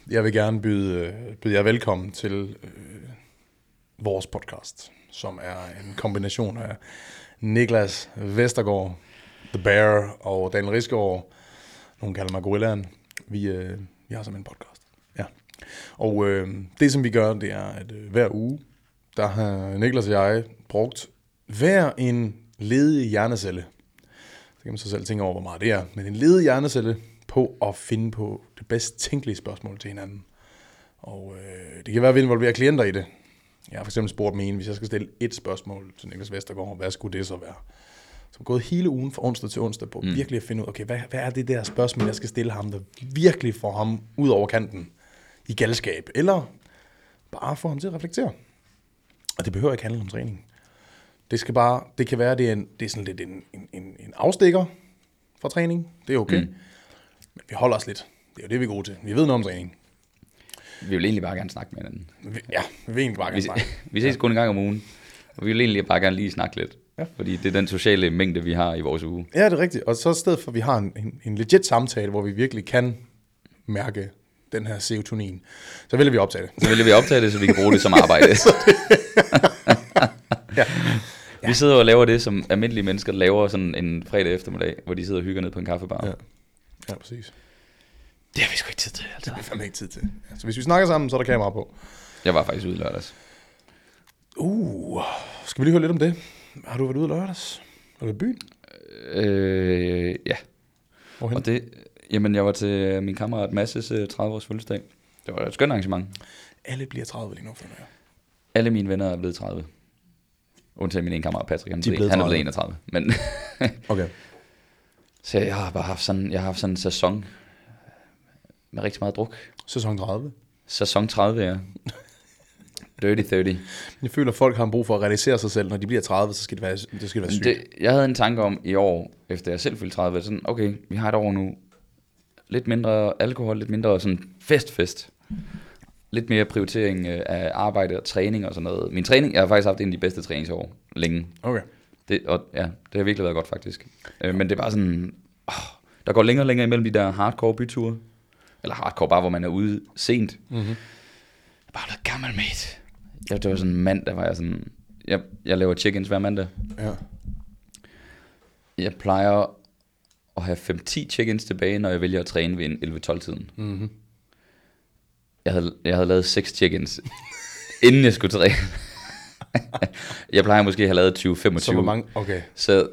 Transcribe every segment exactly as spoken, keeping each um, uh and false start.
Jeg vil gerne byde, byde jer velkommen til øh, vores podcast, som er en kombination af Niklas Vestergaard, The Bear, og Daniel Risgaard. Nogen kalder mig Gorillaen. Vi, øh, vi har simpelthen en podcast. Ja. Og øh, det, som vi gør, det er, at øh, hver uge, der har Niklas og jeg brugt hver en ledig hjernecelle. Så kan man så selv tænke over, hvor meget det er. Men en ledig hjernecelle på at finde på det bedst tænkelige spørgsmål til hinanden. Og øh, det kan være, at vi involverer klienter i det. Jeg har for eksempel spurgt mig en, hvis jeg skal stille et spørgsmål til Niklas Vestergaard, hvad skulle det så være? Så gået hele ugen fra onsdag til onsdag på mm. virkelig at finde ud, okay, hvad, hvad er det der spørgsmål, jeg skal stille ham, der virkelig får ham ud over kanten i galskab, eller bare få ham til at reflektere. Og det behøver ikke handle om træning. Det skal bare, det kan være, det er, en, det er sådan lidt en, en, en, en afstikker fra træning. Det er okay. Mm. Men vi holder os lidt. Det er jo det, vi er gode til. Vi ved noget om træning. Vi vil egentlig bare gerne snakke med hinanden. Ja, vi vil egentlig bare gerne snakke. Vi ses kun en gang om ugen, og vi vil egentlig bare gerne lige snakke lidt. Ja. Fordi det er den sociale mængde, vi har i vores uge. Ja, det er rigtigt. Og så i stedet for, at vi har en, en, en legit samtale, hvor vi virkelig kan mærke den her serotonin, så vil vi optage det. Så vil vi optage det, så vi kan bruge det som arbejde. Ja. Vi sidder og laver det, som almindelige mennesker laver sådan en fredag eftermiddag, hvor de sidder og hygger ned på en kaffebar. Ja, ja præcis. Det har vi sgu ikke tid til. Altså. Det har vi fandme ikke tid til. Ja, så hvis vi snakker sammen, så er der kamera på. Jeg var faktisk ude i lørdags. Uh, skal vi lige høre lidt om det? Har du været ude i lørdags? Var du i byen? Øh, ja. Hvorhen? Og det, jamen, jeg var til min kammerat Masses tredive års fødselsdag. Det var et skønt arrangement. Alle bliver tredive lige nu, finder jeg. Alle mine venner er blevet tredive. Undtagen min ene kammerat Patrick, han, blevet, han er blevet enogtredive. Men okay. Så jeg har bare haft sådan, jeg har haft sådan en sæson med rigtig meget druk. Sæson tredive? Sæson tredive, ja. Dirty tredive. Jeg føler, at folk har brug for at realisere sig selv. Når de bliver tredive, så skal det være, det skal være sygt. Det, jeg havde en tanke om i år, efter jeg selv fyldte tredive, sådan, okay, vi har et år nu. Lidt mindre alkohol, lidt mindre sådan fest-fest. Lidt mere prioritering af arbejde og træning og sådan noget. Min træning, jeg har faktisk haft en af de bedste træningsår længe. Okay. Det, og ja, det har virkelig været godt faktisk. Øh, men det er bare sådan, åh, der går længere og længere imellem de der hardcore byture. Eller hardcore, bare hvor man er ude sent. Mm-hmm. Jeg er bare blevet gammel, mate. Jeg, det var sådan en mandag, var jeg sådan, jeg, jeg laver check-ins hver mandag. Ja. Jeg plejer at have fem til ti check-ins tilbage, når jeg vælger at træne ved en elleve tolv tiden. Mm-hmm. Jeg havde, jeg havde lavet seks check-ins, inden jeg skulle træne. Jeg plejer måske at have lavet tyve til femogtyve. Så hvor mange? Okay. Så,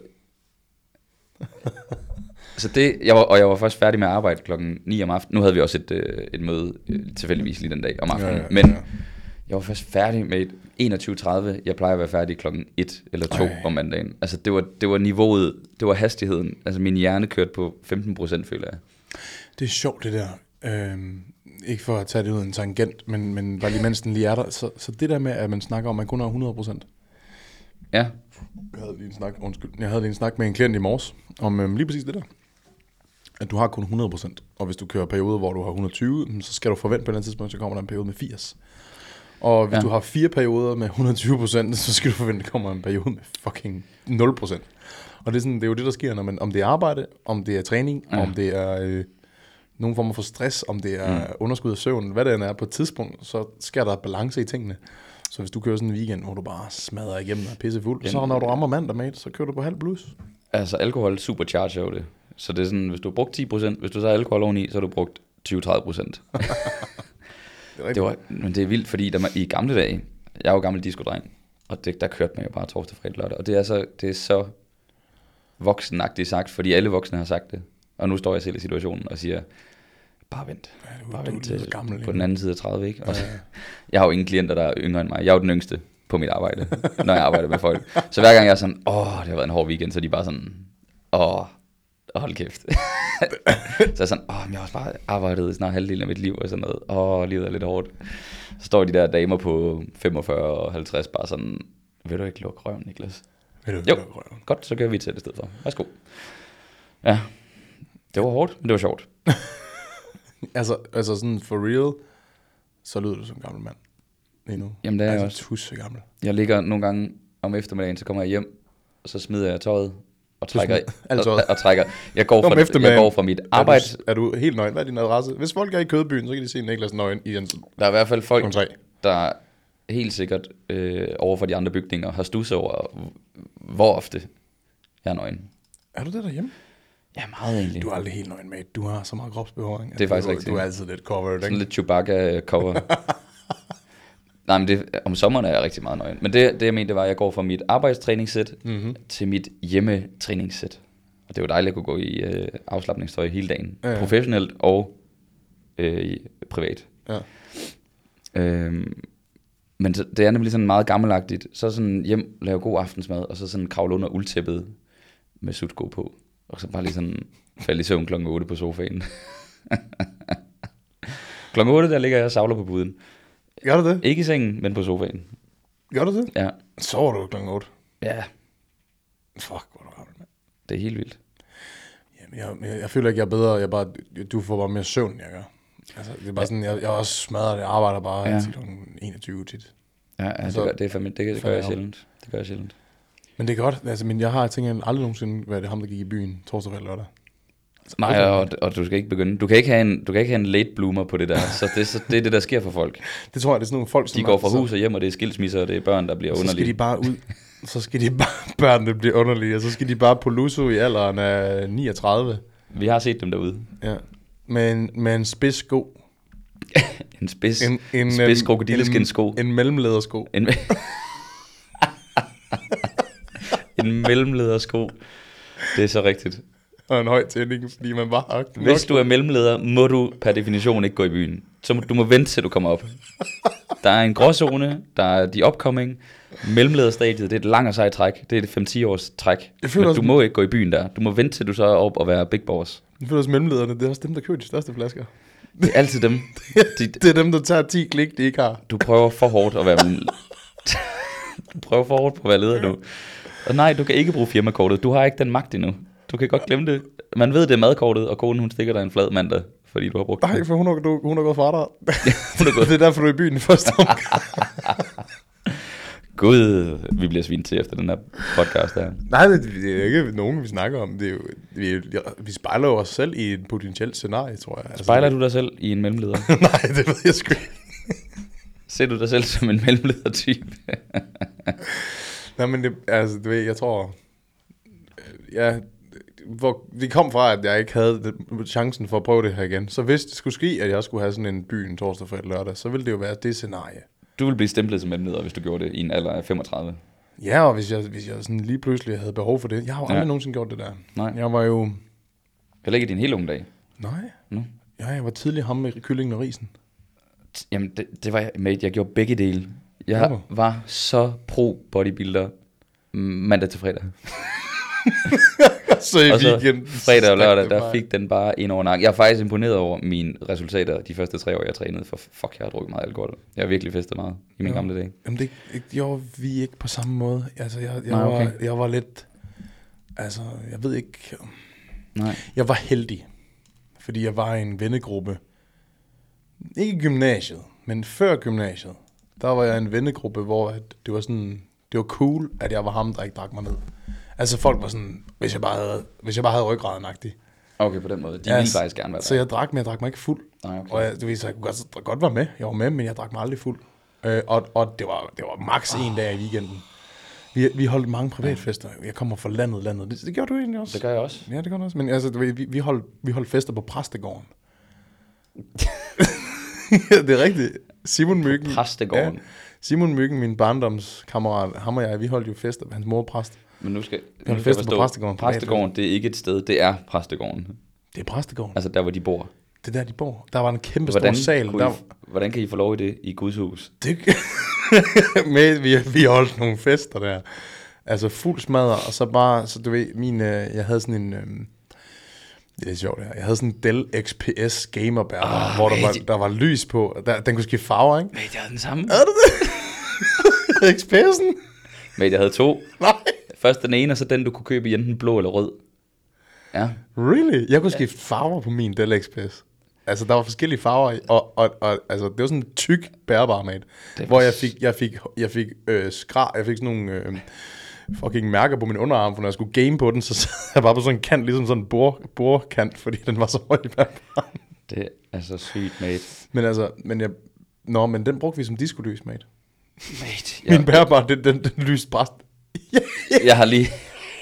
så det, jeg var, og jeg var først færdig med at arbejde klokken ni om aftenen. Nu havde vi også et, et møde tilfældigvis lige den dag om aftenen. Ja, ja, ja. Men jeg var først færdig med enogtyve tredive. Jeg plejer at være færdig klokken et eller to Ej. Om mandagen. Altså det var, det var niveauet, det var hastigheden. Altså min hjerne kørte på femten procent, føler jeg. Det er sjovt det der. Øhm, ikke for at tage det ud af en tangent, men, men bare lige mens den lige er der. Så, så det der med, at man snakker om, at man kun har hundrede procent. Ja. Jeg havde lige en snak, undskyld, jeg havde lige en snak med en klient i morges, om øhm, lige præcis det der. At du har kun hundrede procent, og hvis du kører perioder, hvor du har et hundrede og tyve, så skal du forvente på et eller andet tidspunkt, så kommer der en periode med firs. Og hvis ja. Du har fire perioder med et hundrede og tyve procent, så skal du forvente, at der kommer en periode med fucking nul procent. Og det er, sådan, det er jo det, der sker, når man, om det er arbejde, om det er træning, ja. Om det er øh, nogen form for stress, om det er mm. underskud af søvn, hvad det er på et tidspunkt, så skal der balance i tingene. Så hvis du kører sådan en weekend, hvor du bare smadrer igennem og er pissefuld, ja. Så når du rammer mandag, mate, så kører du på halv plus. Altså alkohol supercharger jo det. Så det er sådan, hvis du har brugt ti procent, hvis du så har alkohol oveni, så har du brugt tyve til tredive procent. det, det, var, men det er vildt, fordi der, i gamle dage, jeg er jo gammel disco-dreng, og det, der kørte man jo bare torsdag, fredag, lørdag. Og det er så, det er så voksenagtigt sagt, fordi alle voksne har sagt det. Og nu står jeg selv i situationen og siger, bare vent. Ja, bare vent til gammel, på den anden side af tredive, ikke? Og, ja, ja. Jeg har jo ingen klienter, der er yngre end mig. Jeg er jo den yngste på mit arbejde, når jeg arbejder med folk. Så hver gang jeg er sådan, åh, det har været en hård weekend, så er de bare sådan, åh, hold kæft. Så jeg er sådan, åh, jeg har også bare arbejdet snart halvdelen af mit liv og sådan noget. Åh, livet er lidt hårdt. Så står de der damer på femogfyrre og halvtreds bare sådan, vil du ikke lukke røven, Niklas? Vil du ikke jo, lukke røven? Godt, så gør vi til det i stedet for. Værsgo. Ja, det var hårdt, men det var sjovt. altså, altså sådan for real, så lyder du som en gammel mand lige nu. Jamen det er altså, jeg også. tusse gammel. Jeg ligger nogle gange om eftermiddagen, så kommer jeg hjem, og så smider jeg tøjet, og trækker, altså. og, og trækker. Jeg går fra, efter, jeg går fra mit arbejde. Er du, er du helt nøgen? Hvad er din adresse? Hvis folk er i Kødbyen, så kan de se Niklas nøgen i en. Der er i hvert fald folk, der helt sikkert øh, over for de andre bygninger har stusset over, hvor ofte jeg er nøgen. Er du det derhjemme? Ja, meget egentlig. Du er aldrig helt nøgen, mate. Du har så meget kropsbehåring. Det er faktisk du, rigtigt. Du er altid lidt covered, sådan ikke? lidt Chewbacca-cover. Nej, men det, om sommeren er jeg rigtig meget nøgen. Men det, det jeg mente, det var, at jeg går fra mit arbejdstræningssæt mm-hmm. til mit hjemmetræningssæt. Og det var dejligt at kunne gå i øh, afslapningstøj hele dagen. Ja, ja. Professionelt og øh, privat. Ja. Øhm, men det er nemlig sådan meget gammelagtigt. Så sådan hjem, lave god aftensmad, og så sådan kravle under uldtæppet med sutsko på. Og så bare lige sådan falde i søvn klokken otte på sofaen. klokken otte, der ligger jeg og savler på puden. Gør du det? Ikke i sengen, men på sofaen. Gør du det? Ja. Sover du klokken otte? Ja. Fuck, hvor er du gammel, mand. Det er helt vildt. Jamen, jeg, jeg, jeg føler ikke, jeg er bedre. Jeg bare, du får bare mere søvn, jeg gør. Altså, det er bare sådan, jeg, jeg er også smadret. Jeg arbejder bare ja. til klokken enogtyve tit. Ja, ja altså, det, gør, det, er fandme, det, det gør jeg sjældent. Det gør jeg sjældent. Men det er godt. Altså, men jeg har tænkt, at jeg aldrig nogensinde været det ham, der gik i byen torsdag og lørdag. Altså, nej, og, og du skal ikke begynde. Du kan ikke have en, du kan ikke have en late bloomer på det der. Så det, så det er det, der sker for folk. Det tror jeg, det er sådan nogle folk, som de går fra hus og hjem, og det er skilsmisser, og det er børn, der bliver underlige. Så skal de bare ud. Så skal de bare, børnene bliver underlige, og så skal de bare på lusso i alderen af niogtredive. Vi har set dem derude. Ja. Med en, med en spids sko. en spids, en, en, spids krokodilleskinsko. En, en mellemledersko. En, en mellemledersko. Det er så rigtigt. Og en høj tænding, fordi man bare har... Hvis du er mellemleder, må du per definition ikke gå i byen. Så må, du må vente, til du kommer op. Der er en gråzone, der er de upcoming. Mellemlederstadiet, det er et langt og sejt træk. Det er et fem til ti års træk. Men du må ikke gå i byen der. Du må vente, til du så er op og være big boss. Jeg føler også mellemlederne, det er også dem, der køber de største flasker. Det er altid dem. De, det er dem, der tager ti klik, de ikke har. Du prøver for hårdt at være... du prøver for hårdt på at være leder nu. Og nej, du kan ikke bruge firmakortet. Du har ikke den magt endnu. Du kan godt glemme det. Man ved, det er madkortet, og konen hun stikker dig en flad mandag, fordi du har brugt det. Nej, for hun har, du, hun har gået fra dig. hun er gået. Det er derfor, du er i byen i første omgang. Gud, vi bliver svint til efter den her podcast her. Nej, det, det er ikke nogen, vi snakker om. Det er jo, vi, vi spejler jo os selv i et potentielt scenarie, tror jeg. Altså, spejler du dig selv i en mellemleder? Nej, det ved jeg sgu ikke. Ser du dig selv som en mellemleder-type? Nej, men det, altså, du ved, jeg tror... Ja, hvor vi kom fra, at jeg ikke havde chancen for at prøve det her igen. Så hvis det skulle ske, at jeg skulle have sådan en by en torsdag, fredag, lørdag, så ville det jo være det scenarie. Du ville blive stemplet som mellemleder, hvis du gjorde det i en alder af femogtredive. Ja, og hvis jeg, hvis jeg sådan lige pludselig havde behov for det. Jeg har jo aldrig ja. nogensinde gjort det der. Nej. Jeg var jo... Heller ikke i din helt unge dag. Nej. No. Ja, jeg var tidlig ham med kyllingen og risen. Jamen, det, det var jeg, mate, jeg gjorde begge dele. Jeg ja. var så pro bodybuilder mandag til fredag. Så i og så weekend, fredag og lørdag, der fik den bare ind over nakken. Jeg er faktisk imponeret over mine resultater de første tre år, jeg trænede. For fuck, jeg har drukket meget alkohol. Jeg har virkelig festet meget i mine jo. gamle dage. Jamen det gjorde vi ikke på samme måde. Altså jeg, jeg, Nej, okay. var, jeg var lidt... Altså, jeg ved ikke... Nej. Jeg var heldig, fordi jeg var i en vennegruppe. Ikke i gymnasiet, men før gymnasiet. Der var jeg i en vennegruppe, hvor det var sådan... Det var cool, at jeg var ham, der ikke drak mig ned. Altså folk var sådan, hvis jeg bare havde, hvis jeg bare havde ryggraden-agtig. Okay, på den måde. De ja, ville faktisk gerne være der. Så jeg drak, men jeg drak mig ikke fuld. Nej, okay. Og jeg, du ved, så jeg kunne godt, godt være med. Jeg var med, men jeg drak mig aldrig fuld. Øh, og og det, var, det var maks oh. en dag i weekenden. Vi, vi holdt mange privatfester. Jeg kommer fra landet, landet. Det, det gjorde du egentlig også. Det gør jeg også. Ja, det gør du også. Men altså, du ved, vi, vi, holdt, vi holdt fester på Præstegården. Det er rigtigt. Simon Myggen. Præstegården. Ja, Simon Myggen, min barndomskammerat, ham og jeg, vi holdt jo fester. Hans mor præst. Men nu skal, vi holdt fester på Præstegården. Præstegården, det er ikke et sted, det er Præstegården. Det er Præstegården. Altså der, hvor de bor. Det er der, de bor. Der var en kæmpe hvordan stor sal. I, der... Hvordan kan I få lov i det i Guds hus? Det... Med, vi, vi holdt nogle fester der. Altså fuld smadre, og så bare, så du ved, min, øh, jeg havde sådan en... Øh, det er sjovt, jeg havde sådan en Dell X P S gamerbærbar, oh, hvor der var, der var lys på. Der, den kunne skifte farver, ikke? Men jeg havde den samme. Er det det? X P S'en? Men jeg havde to. Nej. Først den ene, og så den, du kunne købe i enten blå eller rød. Ja. Really? Jeg kunne skifte farver på min Dell X P S. Altså, der var forskellige farver i, og, og, og altså, det var sådan en tyk bærbar, mate. Hvor jeg fik, jeg fik, jeg fik øh, skra, jeg fik sådan nogle... Øh, fucking mærker på min underarm, for når jeg skulle game på den, så sad jeg bare på sådan en kant, ligesom sådan en bord, bordkant, fordi den var så høj i bærbar. Det er så sygt, mate. Men altså, men jeg, nå, men den brugte vi som disco-lys, mate. Mate, Min jeg, bærbar, den, den, den lyste bare. jeg har lige...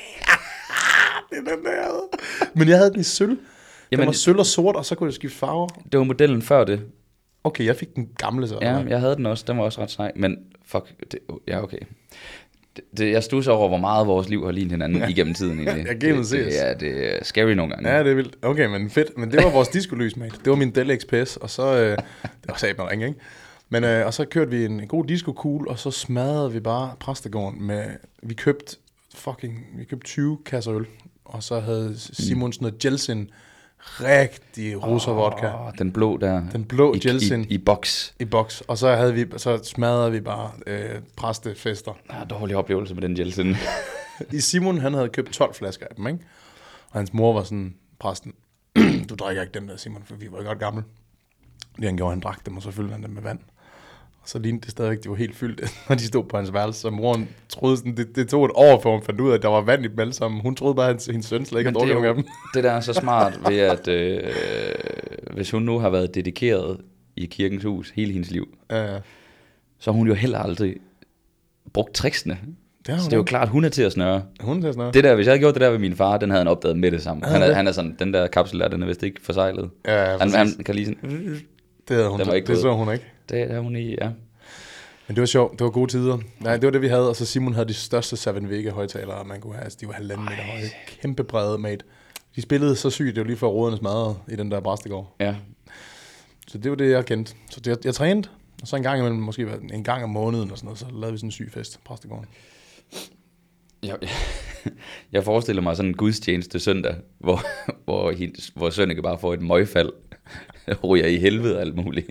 Det er den der, jeg havde. Men jeg havde den i sølv. Den Jamen, var sølv og sort, og så kunne jeg skifte farver. det var modellen før det. Okay, jeg fik den gamle så. Ja, jeg havde den også. Den var også ret sej. Men fuck, det, ja okay. Det, det, jeg studser over, hvor meget vores liv har lignet hinanden ja. igennem tiden. Egentlig. Jeg gennem det, det, er, det er scary nogle gange. Ja, det er vildt. Okay, men fedt. Men det var vores disco-lys, mate. Det var min Dell X P S, og så... Øh, det var sat med ringe, ikke? Men, øh, og så kørte vi en, en god disco-kugle, og så smadrede vi bare præstegården med... Vi købte fucking... Vi købte tyve kasser øl, og så havde Simon sådan noget Jelsin, rigtig rosa vodka. Oh, den blå der. Den blå i, Jelsin. I, i boks. I boks. Og så, havde vi, så smadrede vi bare øh, præstefester. Ah, dårlig oplevelse med den Jelsin. I Simon, han havde købt tolv flasker af dem, ikke? Og hans mor var sådan, præsten, du drikker ikke dem der, Simon, for vi var jo godt gamle. Det han gjorde, han drak dem, og så fyldte han dem med vand. Og så lignede det stadigvæk, de var helt fyldt, når de stod på hans værelse. Så moren troede sådan, det, det tog et år, for hun fandt ud af, at der var vand i dem alle sammen. Hun troede bare, at hendes søn slet ikke havde drukket nogen af dem. Det der er så smart ved, at øh, hvis hun nu har været dedikeret i kirkens hus hele hendes liv, Ja, ja. så har hun jo heller aldrig brugt tricksene. Det, Så det er jo klart, hun er til at snøre. Hun er til at snøre. Det der, hvis jeg havde gjort det der ved min far, den havde han opdaget med det samme. Ja, Han er, det. han er sådan, den der kapsel der, den er vist ikke forsejlet. Ja, ja, han, han kan lige sådan, det havde hun, den var ikke det gået. så hun ikke. det er hun i, ja. Men det var sjovt, det var gode tider. Nej, det var det, vi havde, og så Simon havde de største Seven Vega højtalere, man kunne have. Altså, de var halvanden meter høje. Kæmpe brede, mate. De spillede så sygt, det var lige for rådene smadret i den der præstegård. Ja. Så det var det, jeg kendte. Så det, jeg, jeg trænede, og så en gang imellem, måske en gang om måneden og sådan noget, så lavede vi sådan en syg fest, præstegården. Jeg, jeg forestiller mig sådan en gudstjeneste søndag, hvor, hvor, hendes, hvor Sønneke bare får et møgfald, ryger i helvede og alt muligt.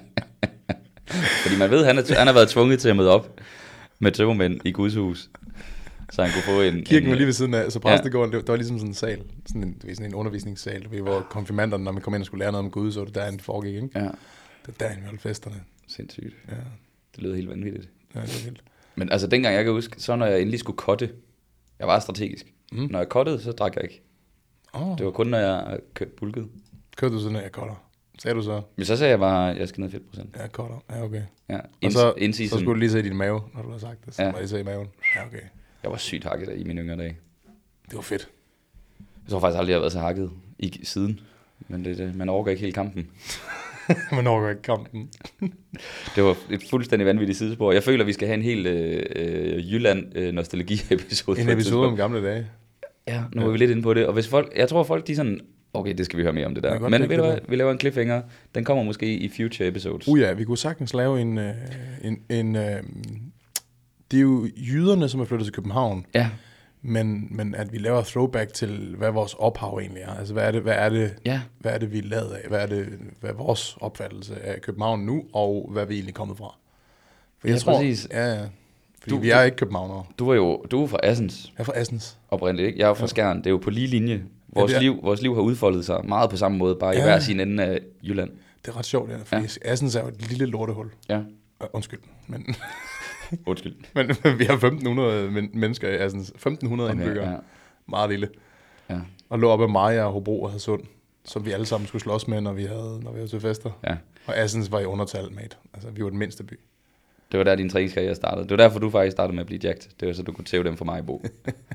Fordi man ved, at han, er, han har været tvunget til at møde op med tømmermænd i Guds hus, så han kunne få en... Kirken en, var lige ved siden af, så præstegården, ja. det, det var ligesom sådan en sal, sådan en, sådan en undervisningssal, hvor konfirmanderne, når man kom ind og skulle lære noget om Gud, så var det der, det foregik, ikke? Ja. Det var der, vi holdt festerne. Sindssygt. Ja. Det lyder helt vanvittigt. Ja, det er vildt. Men altså, dengang jeg kan huske, så når jeg endelig skulle cutte, jeg var strategisk. Mm. Når jeg cuttede, så drak jeg ikke. Oh. Det var kun, når jeg kørte bulket. Kørte du sådan, at jeg cutter? Sagde du så? Men så sagde jeg bare, at jeg skal ned fedtprocent. Ja, cutter. Ja, okay. Ja, Og så, indseason. så skulle du lige se i din mave, når du har sagt det. Så Ja. ja. Bare lige se i maven. Ja, okay. Jeg var sygt hakket der i mine yngre dage. Det var fedt. Jeg tror faktisk aldrig, jeg har været så hakket i siden. Men det, det, man overgår ikke hele kampen. Man overgår ikke kampen. Det var et fuldstændig vanvittigt sidespor. Jeg føler, vi skal have en helt øh, Jylland-nostalgi-episode. En episode om gamle dage. Ja, nu er vi lidt inde på det. Og hvis folk, jeg tror folk, de er sådan, okay, det skal vi høre mere om det der. Men ved du hvad, vi laver en cliffhanger. Den kommer måske i future episodes. Uh ja, vi kunne sagtens lave en... Øh, en, en øh, det er jo jyderne, som er flyttet til København. Ja. Men, men at vi laver throwback til, hvad vores ophav egentlig er. Altså, hvad er det, hvad er det, Ja. hvad er det vi er lavet af? Hvad er, det, hvad er vores opfattelse af København nu, og hvad er vi egentlig kommet fra? For Ja, præcis. Ja, ja. Fordi Du- vi er ikke københavnere. Du var jo du er fra Assens Jeg er fra Assens. oprindeligt, ikke? Jeg er jo fra Skjern. Det er jo på lige linje. Vores, Ja, det er- liv, vores liv har udfoldet sig meget på samme måde, bare i Ja. hver sin ende af Jylland. Det er ret sjovt, ja. Fordi ja. Assens er jo et lille lortehul. Ja, Uh, undskyld. Men, undskyld. men, men vi har femten hundrede men, mennesker i Assens. femten hundrede okay, indbyggere. ja. Meget lille. Ja. Og lå op ad Maja og Hobro og Hadsund, som vi alle sammen skulle slås med, når vi havde, når vi havde til fester. Ja. Og Assens var i undertal, mate. Altså, vi var den mindste by. Det var der, din træningskarriere startede. Det var derfor, du faktisk startede med at blive jacked. Det var så, du kunne tæve dem for mig i bo.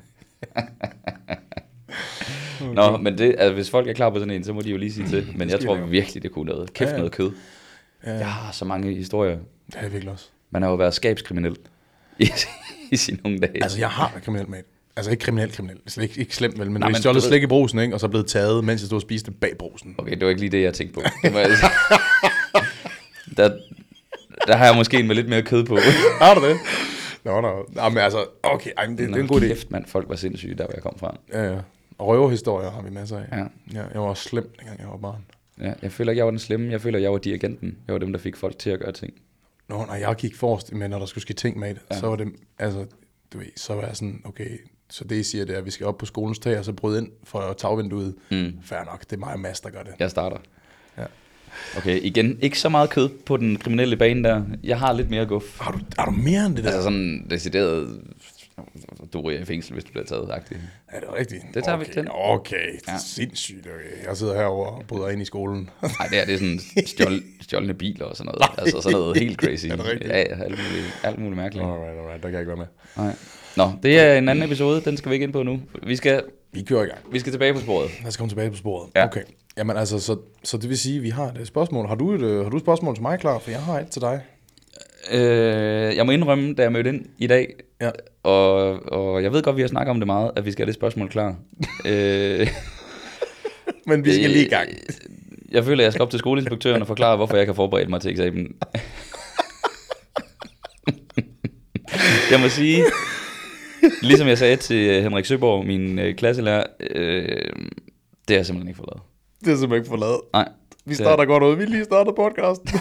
Okay. Nå, men det, altså, hvis folk er klar på sådan en, så må de jo lige sige til. Men jeg skal vi tror lave. virkelig, det kunne noget. Kæft Ja, ja. noget kød. Ja, Jeg har så mange historier. det er jeg virkelig også. Man har jo været skabskriminel i, i sine unge dage. Altså, jeg har været kriminel, mate. Altså, ikke kriminel kriminel. Altså, ikke, ikke slemt, vel? Men Nej, vi men stjålet du ved- slik i brusen, ikke? Og så blevet taget, mens jeg stod og spiste bag brusen. Okay, det var ikke lige det, jeg tænkte på. Det var, der, der har jeg måske en med lidt mere kød på. Har du det? Nå, nå. Nå, men altså, okay, ej, men det, det er en god idé. Kæft, mand, folk var sindssyge, der hvor jeg kom fra. Ja, ja. Og røverhistorier har vi masser af. Ja. Ja, jeg var også slem, dengang jeg var barn. Ja, jeg føler ikke, jeg var den slemme. Jeg føler, jeg var dirigenten. Jeg var dem, der fik folk til at gøre ting. Nå, når jeg gik forrest, men når der skulle ske ting, mate, Ja. ja. så var det, altså, du ved, så var jeg sådan, okay, så det I siger, det er, at vi skal op på skolens tag, og så bryde ind for tagvinduet. Mm. Fair nok, det er mig og Mads, der gør det. Jeg starter. Ja. Okay, igen, ikke så meget kød på den kriminelle bane der. Jeg har lidt mere guf. Har du, har du mere end det der? Altså sådan decideret Du ryger i fængsel, hvis du bliver taget, agtigt. Er det rigtigt? Det tager okay, vi til. Okay, det er Ja. sindssygt. Okay. Jeg sidder herovre og bryder ind i skolen. Nej, det er, det er sådan stjål, stjålne biler og sådan noget. Nej. Altså sådan noget helt crazy. Er det rigtigt? Ja, ja, alt muligt, alt muligt mærkeligt. Alright, alright, der kan jeg ikke være med. Nej. Nå, det er en anden episode, den skal vi ikke ind på nu. Vi skal, Vi kører i gang. vi skal tilbage på sporet. Lad os komme tilbage på sporet. Ja. Okay. Jamen altså, så, så det vil sige, at vi har et spørgsmål. Har du et, øh, har du et spørgsmål til mig klar? For jeg har et til dig. Øh, jeg må indrømme, da jeg mødte ind i dag, Ja. og, og jeg ved godt, vi har snakket om det meget, at vi skal have det spørgsmål klar. øh, Men vi skal lige i gang. Jeg føler, at jeg skal op til skoleinspektøren og forklare, hvorfor jeg ikke har forberedt mig til eksamen. Jeg må sige, ligesom jeg sagde til Henrik Søborg, min øh, klasselærer, øh, det har jeg simpelthen ikke fået lavet. Det er simpelthen ikke forladet. Nej. Vi starter godt ud. Vi lige starter podcasten.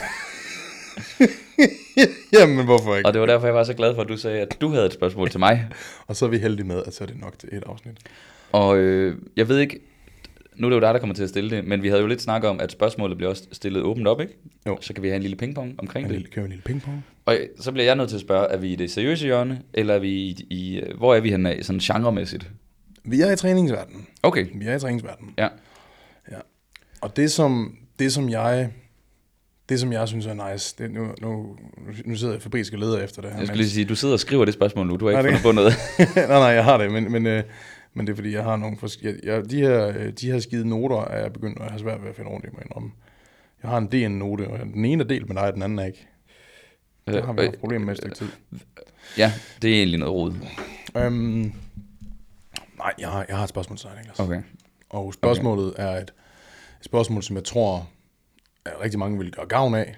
Jamen, hvorfor ikke? Og det var derfor, jeg var så glad for, at du sagde, at du havde et spørgsmål til mig. Og så er vi heldige med, at så er det nok til et afsnit. Og øh, jeg ved ikke, nu er det jo dig, der kommer til at stille det, men vi havde jo lidt snakket om, at spørgsmålet bliver også stillet åbent op, ikke? Jo. Så kan vi have en lille pingpong omkring En det. lille, kører en lille pingpong. Og øh, så bliver jeg nødt til at spørge, er vi i det seriøse hjørne, eller er vi i, i øh, hvor er vi henne af, sådan genremæssigt? Vi er i træningsverdenen. Okay, Vi er i træningsverdenen. ja. Ja. Og det som, det som jeg, det som jeg synes er nice, det, nu, nu, nu sidder jeg fabrisk og leder efter det her. Jeg skulle lige sige, du sidder og skriver det spørgsmål nu, du har ikke Nej, det- fundet på noget. nej, nej, jeg har det, men, men, øh, men det er fordi, jeg har nogle forskellige... Jeg, de, her, øh, de her skide noter er jeg begyndt at have svært ved at finde rundt i mig indrømme. Jeg har en D N-note, og den ene er delt med dig, den anden er ikke. Det har vi haft problemer med et stykke tid. Ja, det er egentlig noget rod. Øhm, nej, jeg har, jeg har et spørgsmål til dig, Niklas. Okay. Og spørgsmålet okay. er et, et spørgsmål, som jeg tror, at rigtig mange vil gøre gavn af.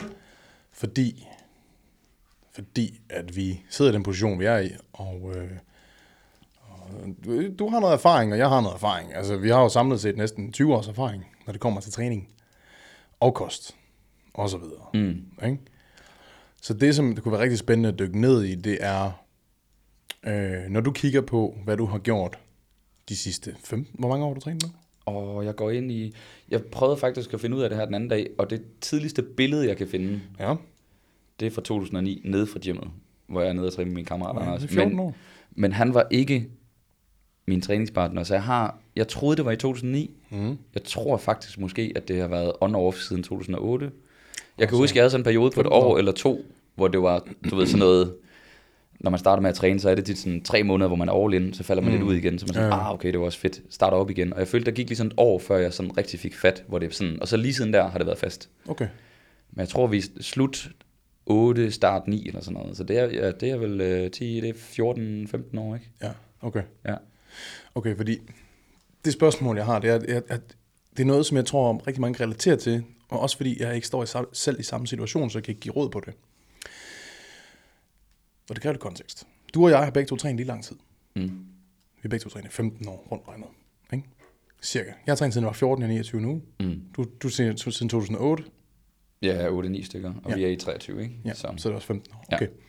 Fordi, fordi at vi sidder i den position, vi er i, og, øh, og du, du har noget erfaring, og jeg har noget erfaring. Altså, vi har jo samlet set næsten tyve års erfaring, når det kommer til træning og kost, og så videre. Mm. Ikke? Så det, som det kunne være rigtig spændende at dykke ned i, det er, øh, når du kigger på, hvad du har gjort de sidste femten... Hvor mange år har du trænet nu? Og jeg går ind i... Jeg prøvede faktisk at finde ud af det her den anden dag, og det tidligste billede, jeg kan finde, Ja. det er fra to tusind og ni, nede fra gymmet, hvor jeg er nede og træne med min kammerat Ja, Anders. det er fjorten Men, år. men han var ikke min træningspartner, så jeg har... Jeg troede, det var i to tusind og ni. Mm. Jeg tror faktisk måske, at det har været on-off siden to tusind og otte. Jeg kan så- huske, at jeg havde sådan en periode på et femten år. år eller to, hvor det var, du ved, sådan noget... Når man starter med at træne, så er det tit sådan tre måneder, hvor man er all in, så falder man mm. lidt ud igen, så man sådan, Ja, ja. ah okay, det var også fedt, starter op igen. Og jeg følte, der gik lige sådan et år, før jeg sådan rigtig fik fat, hvor det sådan, og så lige siden der har det været fast. Okay. Men jeg tror, vi er slut otte, start ni eller sådan noget, så det er, ja, det er vel øh, ti, det er fjorten femten år, ikke? Ja, okay. Ja. Okay, fordi det spørgsmål, jeg har, det er, at, at det er noget, som jeg tror, rigtig mange relaterer til, og også fordi jeg ikke står i, sam- selv i samme situation, så jeg kan ikke give råd på det. Og det kræver lidt kontekst. Du og jeg har begge to trænet lige lang tid. Mm. Vi har begge to trænet femten år rundt regnet. Ikke? Cirka. Jeg har trænet siden jeg var fjorten, jeg er niogtyve nu. Mm. Du, du siden siden to tusind og otte. Ja, otte ni stykker, og Ja. vi er i treogtyve, ikke? Ja, så, Så. så er det også femten år. Ja. Okay.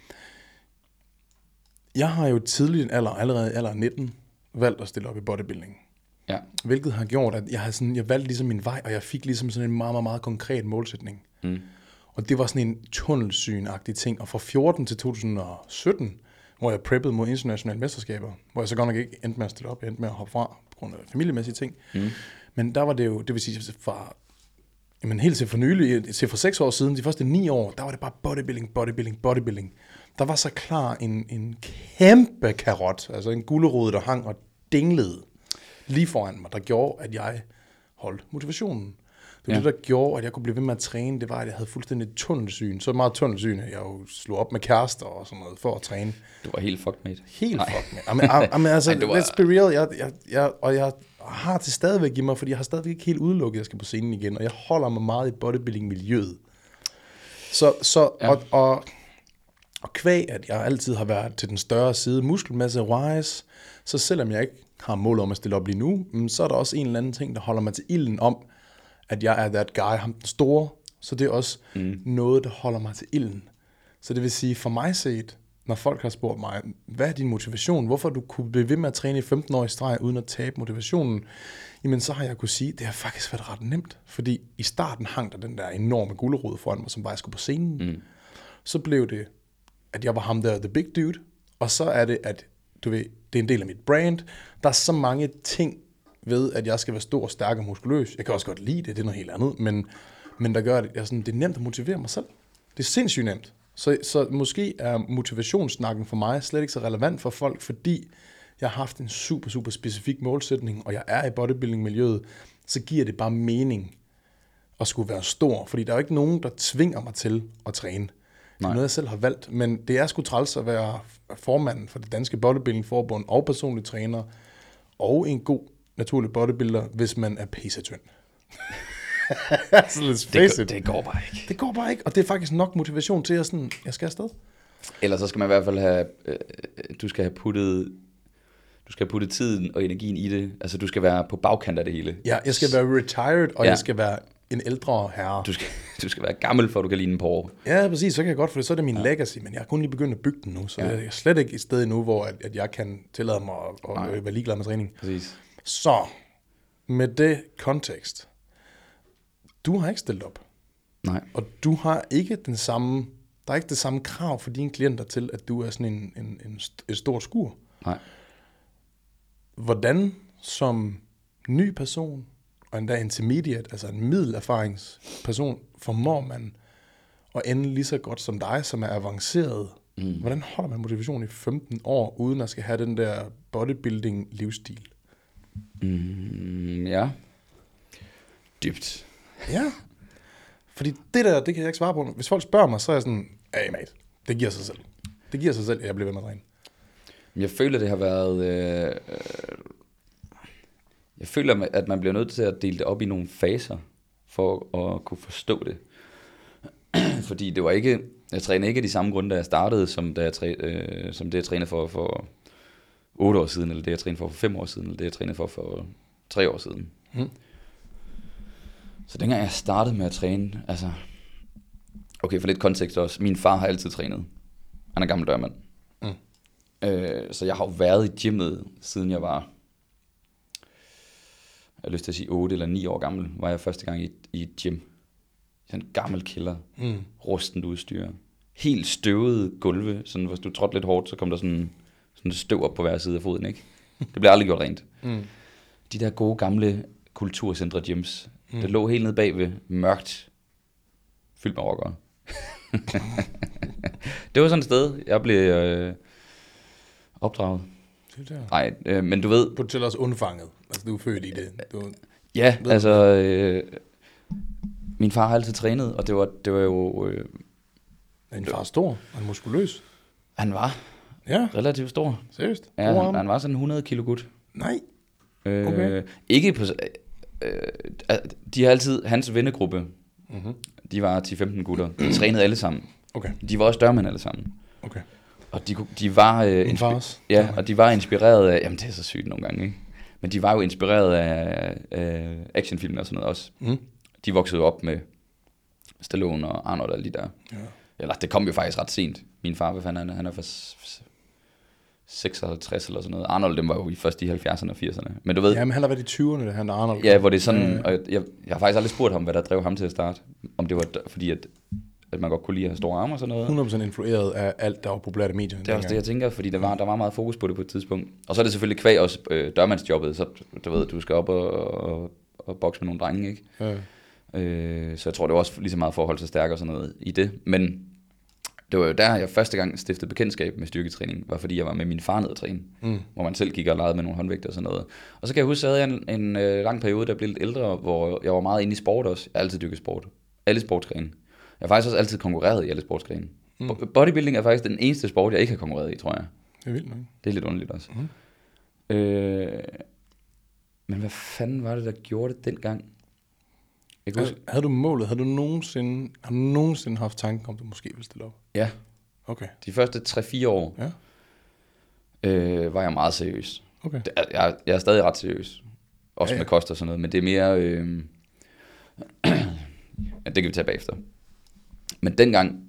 Jeg har jo tidligt en alder, allerede i alder nitten, valgt at stille op i bodybuilding. Ja. Hvilket har gjort, at jeg, har sådan, jeg valgte ligesom min vej, og jeg fik ligesom sådan en meget, meget, meget konkret målsætning. Mm. Og det var sådan en tunnelsyn-agtig ting. Og fra fjorten til to tusind og sytten, hvor jeg preppede mod internationale mesterskaber, hvor jeg så godt nok ikke endte med at stille op, jeg endte med at hoppe fra på grund af familiemæssige ting. Mm. Men der var det jo, det vil sige fra, jamen helt til for nylig, til for seks år siden, de første ni år, der var det bare bodybuilding, bodybuilding, bodybuilding. Der var så klar en, en kæmpe karot, altså en gulerod, der hang og dinglede lige foran mig, der gjorde, at jeg holdt motivationen. Det var Ja. ja. det, der gjorde, at jeg kunne blive ved med at træne. Det var, at jeg havde fuldstændig tunnelsyn. Så meget tunnelsyn, at jeg jo slog op med kærester og sådan noget for at træne. Du var helt fucked, mate. Helt Nej. fuck med. Jamen, am- jamen, altså, Ej, det var- let's be real. Jeg, jeg, jeg, og jeg har det stadigvæk i mig, fordi jeg har stadigvæk ikke helt udelukket, at jeg skal på scenen igen. Og jeg holder mig meget i bodybuilding-miljøet. Så, så Ja. og, og, og kvæg, at jeg altid har været til den større side, muskelmasse-wise, så selvom jeg ikke har mål om at stille op lige nu, mm, så er der også en eller anden ting, der holder mig til ilden om, at jeg er that guy, ham den store. Så det er også mm. noget, der holder mig til ilden. Så det vil sige, for mig set, når folk har spurgt mig, hvad er din motivation? Hvorfor du kunne blive ved med at træne i femten år i streg, uden at tabe motivationen? Jamen, så har jeg kunne sige, det har faktisk været ret nemt. Fordi i starten hang der den der enorme gulerod foran mig, som bare jeg skulle på scenen. Mm. Så blev det, at jeg var ham der, the big dude. Og så er det, at du ved, det er en del af mit brand. Der er så mange ting ved, at jeg skal være stor, stærk og muskuløs. Jeg kan også godt lide det, det er noget helt andet, men, men der gør, at jeg sådan, det er nemt at motivere mig selv. Det er sindssygt nemt. Så, så måske er motivationssnakken for mig slet ikke så relevant for folk, fordi jeg har haft en super, super specifik målsætning, og jeg er i bodybuilding-miljøet, så giver det bare mening at skulle være stor, fordi der er jo ikke nogen, der tvinger mig til at træne. Det er Nej. noget, jeg selv har valgt, men det er sgu træls at være formanden for det danske bodybuilding-forbund, og personlig træner, og en god naturlig bodybuilder, hvis man er pissetynd. Så Det, det går bare ikke. det går bare ikke, og det er faktisk nok motivation til, at sådan, jeg skal afsted. Ellers så skal man i hvert fald have, øh, du skal have puttet, du skal have puttet tiden og energien i det. Altså du skal være på bagkant af det hele. Ja, jeg skal være retired, og Ja. jeg skal være en ældre herre. Du skal, du skal være gammel, for at du kan ligne en porre. Ja, præcis, så kan jeg godt, for det, så er det min ja. legacy, men jeg har kun lige begyndt at bygge den nu, så ja. jeg er slet ikke et sted endnu, hvor at, at jeg kan tillade mig at, at være ligeglad med træning. Præcis. Så, med det kontekst, du har ikke stillet op, Nej. og du har ikke den samme, der er ikke det samme krav for dine klienter til, at du er sådan en, en, en, et stort skur. Nej. Hvordan som ny person, og endda intermediate, altså en middelerfaringsperson, formår man at ende lige så godt som dig, som er avanceret. Mm. Hvordan holder man motivation i femten år, uden at skal have den der bodybuilding-livsstil? Mm, ja. Dybt. Ja. Fordi det der, det kan jeg ikke svare på. Hvis folk spørger mig, så er jeg sådan, hey mate, det giver sig selv. Det giver sig selv, at jeg bliver ved med at træne. Jeg føler, det har været... Øh, øh, jeg føler, at man bliver nødt til at dele det op i nogle faser, for at kunne forstå det. Fordi det var ikke... Jeg trænede ikke af de samme grunde, da jeg startede, som, da jeg træ, øh, som det, jeg trænede for for otte år siden, eller det, jeg trænede for for fem år siden, eller det, jeg trænede for for tre år siden. Mm. Så dengang jeg startede med at træne, altså... Okay, for lidt kontekst også. Min far har altid trænet. Han er gammel dørmand. Mm. Øh, så jeg har jo været i gymmet, siden jeg var... Jeg har lyst til at sige otte eller ni år gammel, var jeg første gang i, i et gym. Sådan en gammel kælder. Mm. Rustent udstyr. Helt støvede gulve. Sådan, hvis du trådte lidt hårdt, så kom der sådan, sådan støv op på hver side af foden, ikke? Det bliver aldrig gjort rent. Mm. De der gode gamle kulturcentre gyms, mm. det lå helt nede bagved, mørkt, fyldt med rockere. Det var sådan et sted, jeg blev øh, opdraget. Nej, øh, men du ved... Du til os undfanget. Altså, du er født i det. Du, ja, ved altså... Øh, min far har altid trænet, og det var, det var jo... Øh, din far er stor og muskuløs. Han var ja. relativt stor. Seriøst? Ja, han, han var sådan hundrede kilo gut. Nej. Okay. Øh, ikke på... Øh, de har altid... Hans vennegruppe, mm-hmm. de var ti femten gutter. De trænede alle sammen. Okay. De var også dørmænd alle sammen. Okay. Og de, de var... Øh, inspi- ja, og de var inspireret af... Jamen, det er så sygt nogle gange, ikke? Men de var jo inspireret af, af actionfilm og sådan noget også. Mm. De voksede op med Stallone og Arnold og de der. Ja. Eller det kom jo faktisk ret sent. Min far, hvad fanden, han er fra seksoghalvtreds eller sådan noget. Arnold, dem var jo først i halvfjerdserne og firserne. Men du ved... Jamen, han har været i tyverne, han og Arnold. Ja, hvor det er sådan... Ja. Og jeg, jeg har faktisk aldrig spurgt ham, hvad der drev ham til at starte. Om det var fordi, at, at man godt kunne lide at have store arme og sådan noget. hundrede procent influeret af alt, der var populært i medierne. Det er også det, jeg tænker, fordi der var, der var meget fokus på det på et tidspunkt. Og så er det selvfølgelig kvæg også øh, dørmandsjobbet, så du ved, du skal op og, og, og bokse med nogle drenge, ikke? Ja. Øh, så jeg tror, det var også lige så meget forhold til stærk og sådan noget i det. Men det var jo der, jeg første gang stiftede bekendtskab med styrketræning, var fordi jeg var med min far ned at træne, mm. hvor man selv gik og legede med nogle håndvægte og sådan noget. Og så kan jeg huske, at jeg havde en, en øh, lang periode, der blev lidt ældre, hvor jeg var meget inde i sport også. Jeg har altid dykket sport. Alle sportsgrene. Jeg har faktisk også altid konkurreret i alle sportsgrene. Mm. Bodybuilding er faktisk den eneste sport, jeg ikke har konkurreret i, tror jeg. Det er vildt nok. Det er lidt underligt også. Mm. Øh, men hvad fanden var det, der gjorde det dengang? Havde, havde du målet? Havde du nogensinde, har du nogensinde haft tanken om, du måske ville stille op? Ja. Okay. De første tre fire år ja. øh, var jeg meget seriøs. Okay. Det, jeg, jeg er stadig ret seriøs. Også ja, ja. med kost og sådan noget. Men det er mere... Øh, ja, det kan vi tage bagefter. Men dengang...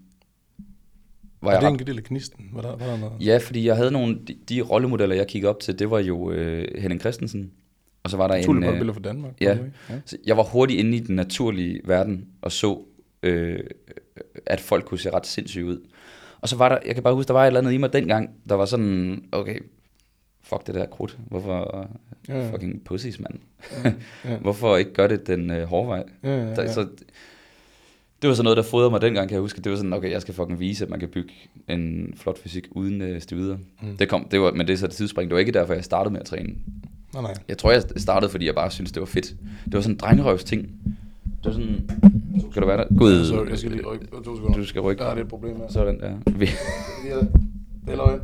Var jeg det ret... en del af knisten? Var der, var der noget? Ja, fordi jeg havde nogle... De, de rollemodeller, jeg kiggede op til, det var jo øh, Henning Christensen. Og så var der en... Naturlige bodybuilder fra Danmark. Ja. ja. Så jeg var hurtigt inde i den naturlige verden, og så, øh, at folk kunne se ret sindssygt ud. Og så var der... Jeg kan bare huske, der var et eller andet i mig dengang, der var sådan... Okay, fuck det der krudt, hvorfor Ja, ja. fucking pussies, mand. Ja, ja. Hvorfor ikke gøre det den øh, hårde vej? Ja, ja, ja. Der, så, det var sådan noget, der fodrede mig dengang, kan jeg huske. Det var sådan, okay, jeg skal fucking vise, at man kan bygge en flot fysik uden øh, stivider. Mm. Det kom, det var, men det er så et tidsspring. Det var ikke derfor, jeg startede med at træne. Nej, nej. Jeg tror, jeg startede, fordi jeg bare syntes, det var fedt. Det var sådan en drengerøvs ting. Det var sådan... Skal du være der? Gud. Så jeg skal lige rykke. To sekunder. Du skal rykke. Der er lidt problem her. Sådan der. Vi... Det er løgn.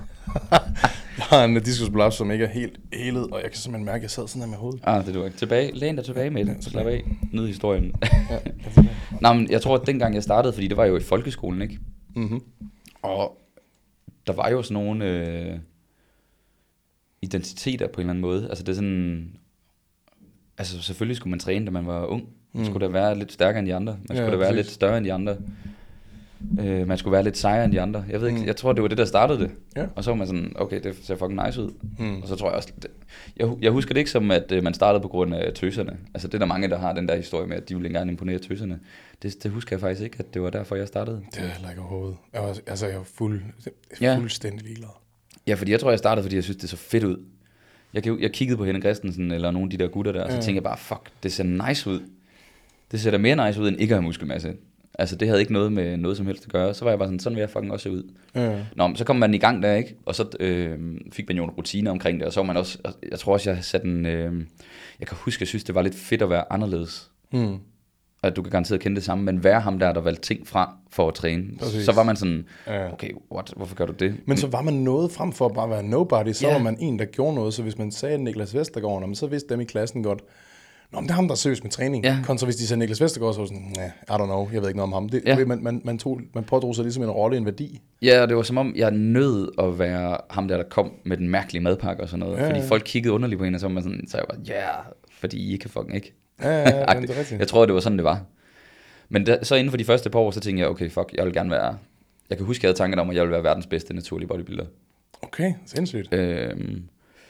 Jeg har en diskusprolaps, som ikke er helt helet, og jeg kan simpelthen mærke, at jeg sad sådan her med hovedet. Ah, det var ikke. Tilbage. Læn dig tilbage med det. Slap af. Nyd historien. Ja, Nej, men jeg tror, at dengang jeg startede, fordi det var jo i folkeskolen, ikke? mm-hmm. Og der var jo sådan nogle øh, identiteter på en eller anden måde. Altså det er sådan... Altså selvfølgelig skulle man træne, da man var ung. Man Mm. skulle da være lidt stærkere end de andre. Man Ja, skulle da være præcis. lidt større end de andre. Øh, man skulle være lidt sejere end de andre. Jeg ved ikke, Mm. jeg tror, det var det, der startede det. Ja. Og så var man sådan, okay, det ser fucking nice ud. Mm. Og så tror jeg også... Det, jeg, jeg husker det ikke som, at øh, man startede på grund af tøserne. Altså det er der mange, der har den der historie med, at de ville gerne imponere tøserne. Det, det husker jeg faktisk ikke, at det var derfor, jeg startede. Det er heller ikke overhovedet. Jeg var, altså, jeg var fuld, Ja. fuldstændig ligeglad. Ja, fordi jeg tror, jeg startede, fordi jeg synes, det så fedt ud. Jeg, kan- jeg kiggede på Henning Christensen, eller nogle af de der gutter der, og så Ja. tænkte jeg bare, fuck, det ser nice ud. Det ser da mere nice ud, end ikke at have muskelmasse. Altså, det havde ikke noget med noget som helst at gøre. Så var jeg bare sådan, sådan vil jeg fucking også se ud. Ja. Nå, men så kom man i gang der, ikke? Og så øh, fik man jo en rutine omkring det, og så var man også, jeg tror også, jeg satte en, øh, jeg kan huske, jeg synes, det var lidt fedt at være anderledes. Mm. Og at du kan garanteret kende det samme, men være ham der, der valgte ting fra for at træne. Præcis. Så var man sådan, Ja. okay, what, hvorfor gør du det? Men så var man noget frem for at bare være nobody, så Ja. var man en, der gjorde noget. Så hvis man sagde Niklas Vestergaard, nå, men så vidste dem i klassen godt, nå, men det er ham, der er seriøs med træning. Ja. Kontra hvis de sagde Niklas Vestergaard, så var sådan, nah, I don't know, jeg ved ikke noget om ham. Det, Ja. du ved, man, man, man, tog, man pådrog sig ligesom en rolle, en værdi. Ja, og det var som om, jeg nød at være ham der, der kom med den mærkelige madpakke og sådan noget. Ja, Fordi ja. folk kiggede underligt på en, og så var man sådan, så jeg var, ja, yeah, fordi I kan fucking ikke. Ja, ja, ja, jamen, det er rigtigt. Jeg tror, det var sådan, det var. Men da, så inden for de første par år, så tænkte jeg, okay, fuck, jeg vil gerne være... Jeg kan huske, jeg havde tanken om, at jeg ville være verdens bedste naturlige bodybuilder. Okay, sindssygt. Øhm, Det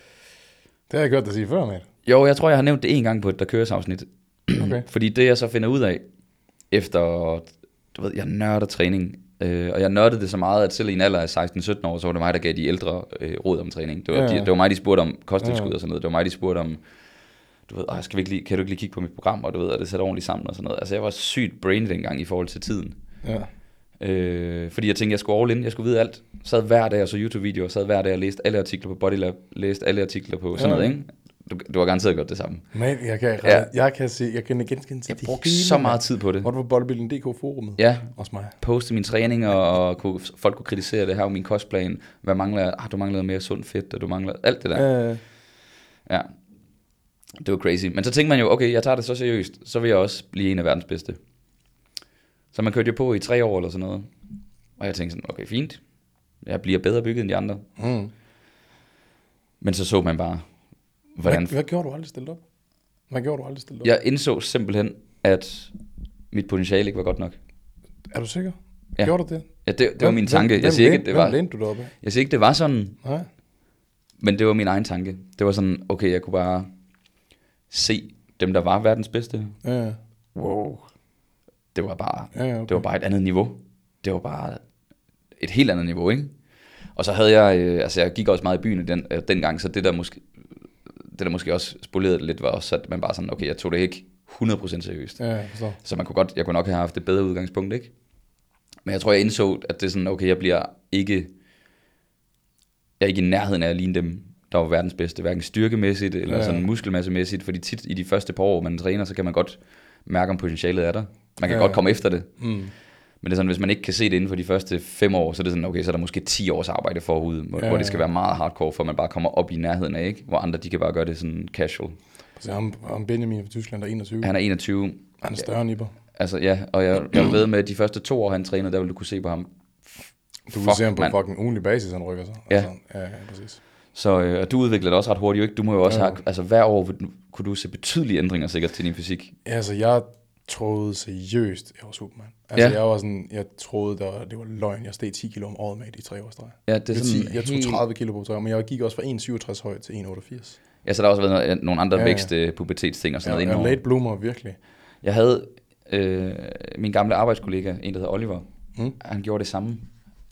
har jeg gjort dig sige før, med. jo, jeg tror, jeg har nævnt det en gang på et Der Køres afsnit. Okay. Fordi det, jeg så finder ud af, efter, du ved, jeg nørder træning, øh, og jeg nørdede det så meget, at selv i en alder af seksten sytten år, så var det mig, der gav de ældre øh, råd om træning. Det var, Ja, ja. de, det var mig, de spurgte om kosttilskud Ja, ja. og sådan noget. Det var mig, de spurgte om, du ved, skal vi ikke lige, kan du ikke lige kigge på mit program, og du ved, at det sætter ordentligt sammen og sådan noget. Altså, jeg var sygt brain dengang i forhold til tiden. Ja. Øh, fordi jeg tænkte, jeg skulle all in, jeg skulle vide alt. Sad hver dag og så YouTube-videoer, sad hver dag og læste alle artikler på Bodylab, læste alle artikler på sådan Ja. noget, ikke? Du, du har garanteret gjort det samme. Men jeg kan, Ja. ja. jeg kan se, jeg kan genkende til Jeg det brugte hele, så mand. meget tid på det. Hvor du var bodybuilding punktum d k forumet. Ja, Også mig. poste mine træninger, og kunne, folk kunne kritisere det her, min kostplan. Hvad mangler jeg? Ah, du mangler noget mere sund fedt, og du mangler alt det der. Øh, Ja, det var crazy. Men så tænkte man jo, okay, jeg tager det så seriøst, så vil jeg også blive en af verdens bedste. Så man kørte jo på i tre år eller sådan noget. Og jeg tænkte sådan, okay, fint. Jeg bliver bedre bygget end de andre. mm. Men så så man bare, hvordan... Hvad, hvad gjorde du aldrig stillet op? Hvad gjorde du aldrig stillet op? Jeg indså simpelthen, at mit potentiale ikke var godt nok. Er du sikker? Ja. Gjorde du det? Ja, det, det var min tanke. Hvem, Jeg siger ikke, at hvem, det var, hvem lænede du dig op af? jeg siger ikke, det var sådan, Nej. men det var min egen tanke. Det var sådan, okay, jeg kunne bare se dem, der var verdens bedste. Ja, Wow. Det var bare, ja, ja, okay. det var bare et andet niveau. Det var bare et helt andet niveau, ikke? Og så havde jeg, øh, altså jeg gik også meget i byen den, øh, dengang, så det der måske, det der måske også spolerede det lidt, var også, at man bare sådan, okay, jeg tog det ikke hundrede procent seriøst. Ja, jeg forstår. Så man kunne godt, jeg kunne nok have haft et bedre udgangspunkt, ikke? Men jeg tror, jeg indså, at det er sådan, okay, jeg bliver ikke, jeg er ikke i nærheden af at ligne dem, der var verdens bedste, hverken styrkemæssigt eller Ja. sådan muskelmassemæssigt, fordi tit i de første par år, man træner, så kan man godt mærke, om potentialet er der. Man kan Ja. godt komme efter det. Mm. Men det er sådan, hvis man ikke kan se det inden for de første fem år, så er det sådan, okay, så er der måske ti års arbejde forud, hvor, Ja, hvor det skal ja. være meget hardcore, for man bare kommer op i nærheden af, ikke? Hvor andre, de kan bare gøre det sådan casual. Så ham, ham Benjamin fra Tyskland, der er enogtyve. Han er enogtyve. Han er større end Iber. Altså ja, og jeg, jeg ved med, at de første to år, han trænede, der vil du kunne se på ham. Du kan Fuck, se ham på mand. fucking ugenlig basis, han rykker sig. Ja. Altså, ja, ja, præcis. Så øh, og du udvikler det også ret hurtigt, jo ikke? Du må jo også Ja. have, altså hver år vil du- kunne du se betydelige ændringer sikkert til din fysik. Ja, altså, jeg troede seriøst, jeg var Superman. Altså, Ja. jeg var sådan, jeg troede, der var, det var løgn. Jeg steg ti kilo om året med i tre års streg. Ja, det er Det sådan vil sige, jeg tog helt- tredive kilo på tre år, men jeg gik også fra en komma syvogtres høj til en komma otteogfirs. Ja, så der har også været noget, nogle andre Ja, ja, ja. vækst, øh, pubertetsting og sådan Jeg noget er indover. late bloomer, virkelig. Jeg havde øh, min gamle arbejdskollega, en der hedder Oliver, Mm. han gjorde det samme.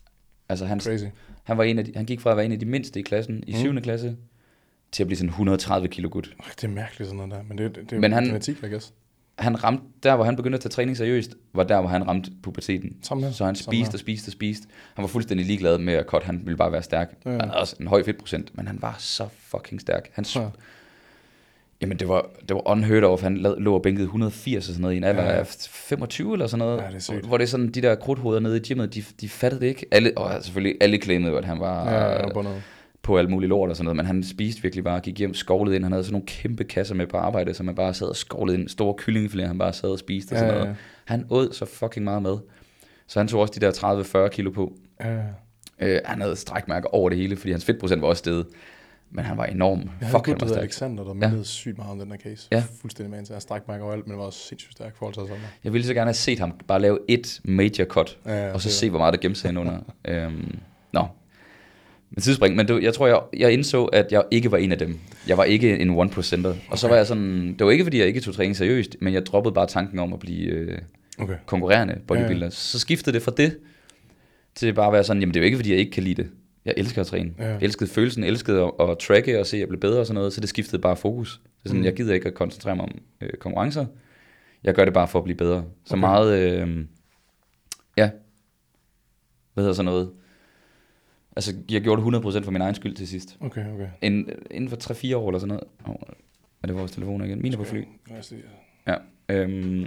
Altså han, Crazy. han, var en af de, han gik fra at være en af de mindste i klassen i syvende Mm. klasse, til at blive sådan et hundrede og tredive kilo gut. Det er mærkeligt sådan noget der, men det, det, det er Men jo han- genetik, I guess. Han ramte, der hvor han begyndte at tage træning seriøst, var der hvor han ramte puberteten. Samme her. Så han Samme spiste her. og spiste og spiste. Han var fuldstændig ligeglad med at cut, han ville bare være stærk. Ja. Han havde også en høj fedtprocent, men han var så fucking stærk. Han, Ja. Jamen det var, det var unheard of, han lå lå og bænkede et hundrede og firs og sådan noget i en alder Ja. af femogtyve eller sådan noget. Ja, det er sygt. Hvor det er sådan, de der krudthoveder nede i gymmet, de, de fattede det ikke. Alle, og selvfølgelig alle claimede jo, at han var Ja, jeg er bundet. på alt muligt lort og sådan noget, men han spiste virkelig bare, gik hjem, skovlede ind. Han havde sådan nogle kæmpe kasser med på arbejde, som han bare sad og skovlede ind. Store kyllingefiléer, han bare sad og spiste og sådan Ja, ja, ja. noget. Han åd så fucking meget med. Så han tog også de der tredive til fyrre kilo på. Ja. Øh, han havde strækmærker over det hele, fordi hans fedtprocent var også steget. Men han var enorm. Jeg havde Fuck, en han gut, der var hedder stærk. Alexander, der mindede sygt meget om den her case. Ja. Fuldstændig med en til. Jeg stræk mig overalt, men var også sindssygt stærk forhold til sådan noget. Jeg ville så gerne have set ham bare lave et major cut, Ja, ja, og så det er se, hvor meget der gemte sig ind under. øhm, nå. Men tidsspring, men det, jeg tror, jeg, jeg indså, at jeg ikke var en af dem. Jeg var ikke en one percenter. Og så var jeg sådan, det var ikke, fordi jeg ikke tog træning seriøst, men jeg droppede bare tanken om at blive øh, Okay. konkurrerende bodybuilder. Ja, ja. Så skiftede det fra det, til bare at være sådan, jamen det er jo ikke, fordi jeg ikke kan lide det. Jeg elsker at træne. Ja. Jeg elskede følelsen, jeg elskede at, at tracke og se, at jeg blev bedre og sådan noget, så det skiftede bare fokus. Det er sådan, Mm. jeg gider ikke at koncentrere mig om øh, konkurrencer. Jeg gør det bare for at blive bedre. Så Okay. meget, øh, ja, hvad hedder sådan noget? Altså, jeg gjorde det hundrede procent for min egen skyld til sidst. Okay, okay. Ind, inden for tre fire år eller sådan noget. Oh, er det vores telefoner igen? Mine er på fly. Lad os lige- Ja. Øhm,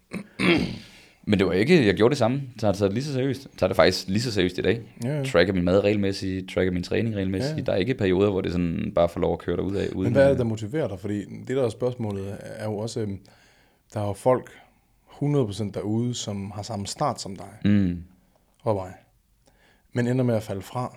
men det var ikke, jeg gjorde det samme. Tager det, tager det lige så seriøst. Tager det faktisk lige så seriøst i dag. Ja, ja. Tracker min mad regelmæssigt, tracker min træning regelmæssigt. Ja. Der er ikke perioder, hvor det sådan bare får lov at køre dig ud af. Uden Men hvad er det, der motiverer dig? Fordi det der er spørgsmålet er jo også, øhm, der er jo folk hundrede procent derude, som har samme start som dig Mm. og mig, men ender med at falde fra.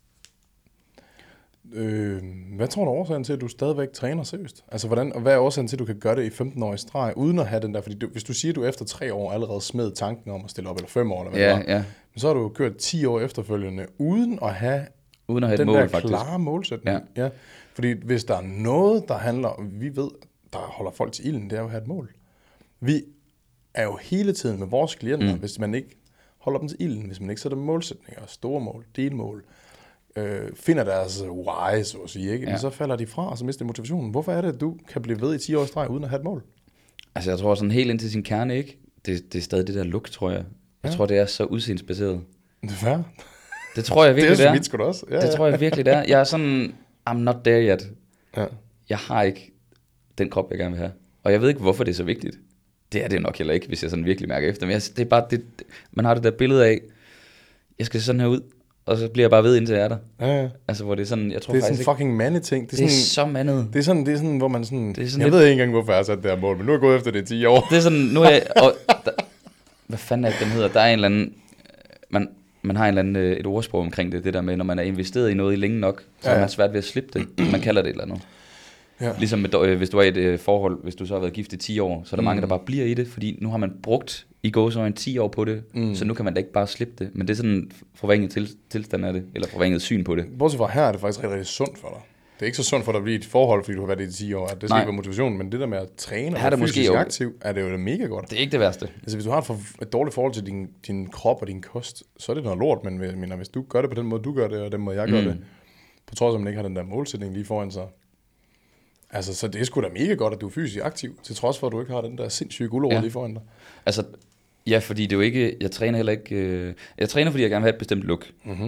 Øh, hvad tror du er årsagen til, at du stadigvæk træner seriøst? Altså, hvordan, og hvad er årsagen til, at du kan gøre det i femten år i streg, uden at have den der? Fordi du, hvis du siger, at du efter tre år allerede smed tanken om at stille op, eller fem år, eller hvad Ja, det var, ja. så har du kørt ti år efterfølgende, uden at have Uden at have et den mål, der faktisk. klare målsætning. Ja. Ja. Fordi hvis der er noget, der handler, vi ved, der holder folk til ilden, det er jo at have et mål. Vi er jo hele tiden med vores klienter, mm. hvis man ikke holder dem til ilden, hvis man ikke sætter målsætninger, store mål, delmål, øh, finder deres why, så at sige, ikke? Ja. Men så falder de fra, og så mister de motivationen. Hvorfor er det, at du kan blive ved i ti år i streg, uden at have et mål? Altså, jeg tror sådan helt ind til sin kerne, ikke? Det, det er stadig det der look, tror jeg. Jeg Ja. tror, det er så udseendsbaseret. Det er fair. Det tror jeg Det virkelig, er det er. så vidt sgu da også. Ja, Det ja. tror jeg virkelig, det er. Jeg er sådan, I'm not there yet. Ja. Jeg har ikke den krop, jeg gerne vil have. Og jeg ved ikke, hvorfor det er så vigtigt. Det er det nok heller ikke, hvis jeg sådan virkelig mærker efter. Men jeg, det er bare, det, man har det der billede af, jeg skal se sådan her ud, og så bliver jeg bare ved, indtil jeg er der. Ja, ja. Altså, hvor det er sådan, jeg tror Det er sådan faktisk en fucking mandeting. Det ikke, er det er sådan, så mandet. det er sådan, det er sådan, hvor man sådan, Det er sådan jeg lidt- ved ikke engang, hvorfor jeg har sat det her mål, men nu er jeg gået efter det i ti år. Det er sådan, nu er jeg, og der, hvad fanden er det, den hedder? Der er en eller anden, man, man har en eller anden, øh, et ordsprog omkring det, det der med, når man er investeret i noget i længe nok, så Ja, er ja. man svært ved at slippe det. Man kalder det et eller andet. Ja. Ligesom med, øh, hvis du er i et øh, forhold, hvis du så har været gift i ti år, så er der mm. mange, der bare bliver i det, fordi nu har man brugt i gåseøjne ti år på det, mm. så nu kan man da ikke bare slippe det. Men det er sådan en forvrænget til, tilstand af det, eller forvrænget syn på det. Bortset fra her er det faktisk rigtig, rigtig sundt for dig. Det er ikke så sundt for dig at blive i et forhold, fordi du har været i det i ti år. At det skal Nej. ikke være motivation, men det der med at træne Her er og det være måske fysisk jo- aktiv, er det jo mega godt. Det er ikke det værste. Altså hvis du har et, for, et dårligt forhold til din, din krop og din kost, så er det noget lort, men jeg mener, hvis du gør det på den måde, du gør det, og den måde, jeg gør Mm. det, på trods af, at man ikke har den der målsætning lige foran sig. Altså, så det er sgu da mega godt, at du er fysisk aktiv, til trods for, at du ikke har den der sindssyge guldord Ja. lige foran dig. Altså, ja, fordi det er jo ikke, jeg træner heller ikke, øh, jeg træner, fordi jeg gerne vil have et bestemt look. Mhm.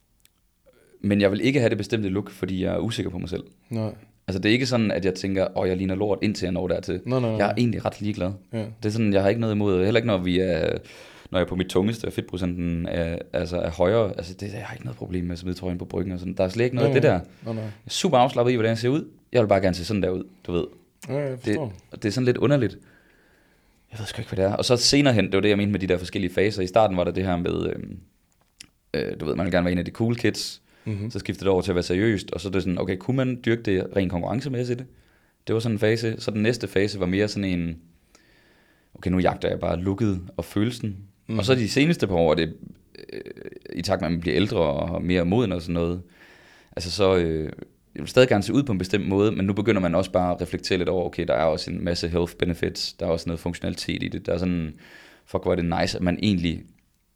Men jeg vil ikke have det bestemte look, fordi jeg er usikker på mig selv. Nej. Altså det er ikke sådan, at jeg tænker, åh, jeg ligner lort, indtil jeg når dertil. Nej, nej, nej. Jeg er egentlig ret ligeglad. Ja. Det er sådan, jeg har ikke noget imod, heller ikke når vi er, når jeg er på mit tungeste, og fedtprocenten er, altså er højere. Altså det, jeg har ikke noget problem med at smide trøjen på bryggen og sådan. Der er slet ikke noget af det der. Jeg Nej, nej. er super afslappet i, hvordan jeg ser ud. Jeg vil bare gerne se sådan der ud, du ved. Ja, jeg Det, forstår. det er sådan lidt underligt. Jeg ved sgu ikke, hvad det er. Og så senere hen, det var det, jeg mente med de der forskellige faser. I starten var der det her med, øh, øh, du ved, man vil gerne være en af de cool kids. Mm-hmm. Så skiftede det over til at være seriøst, og så er det sådan, okay, kunne man dyrke det rent konkurrencemæssigt? Det var sådan en fase. Så den næste fase var mere sådan en, okay, nu jagter jeg bare looket og følelsen. Mm. Og så de seneste par år, det, øh, i takt med, at man bliver ældre og mere moden og sådan noget, altså så, øh, jeg vil stadig gerne se ud på en bestemt måde, men nu begynder man også bare at reflektere lidt over, okay, der er også en masse health benefits, der er også noget funktionalitet i det, der er sådan, fuck, hvor er det nice, at man egentlig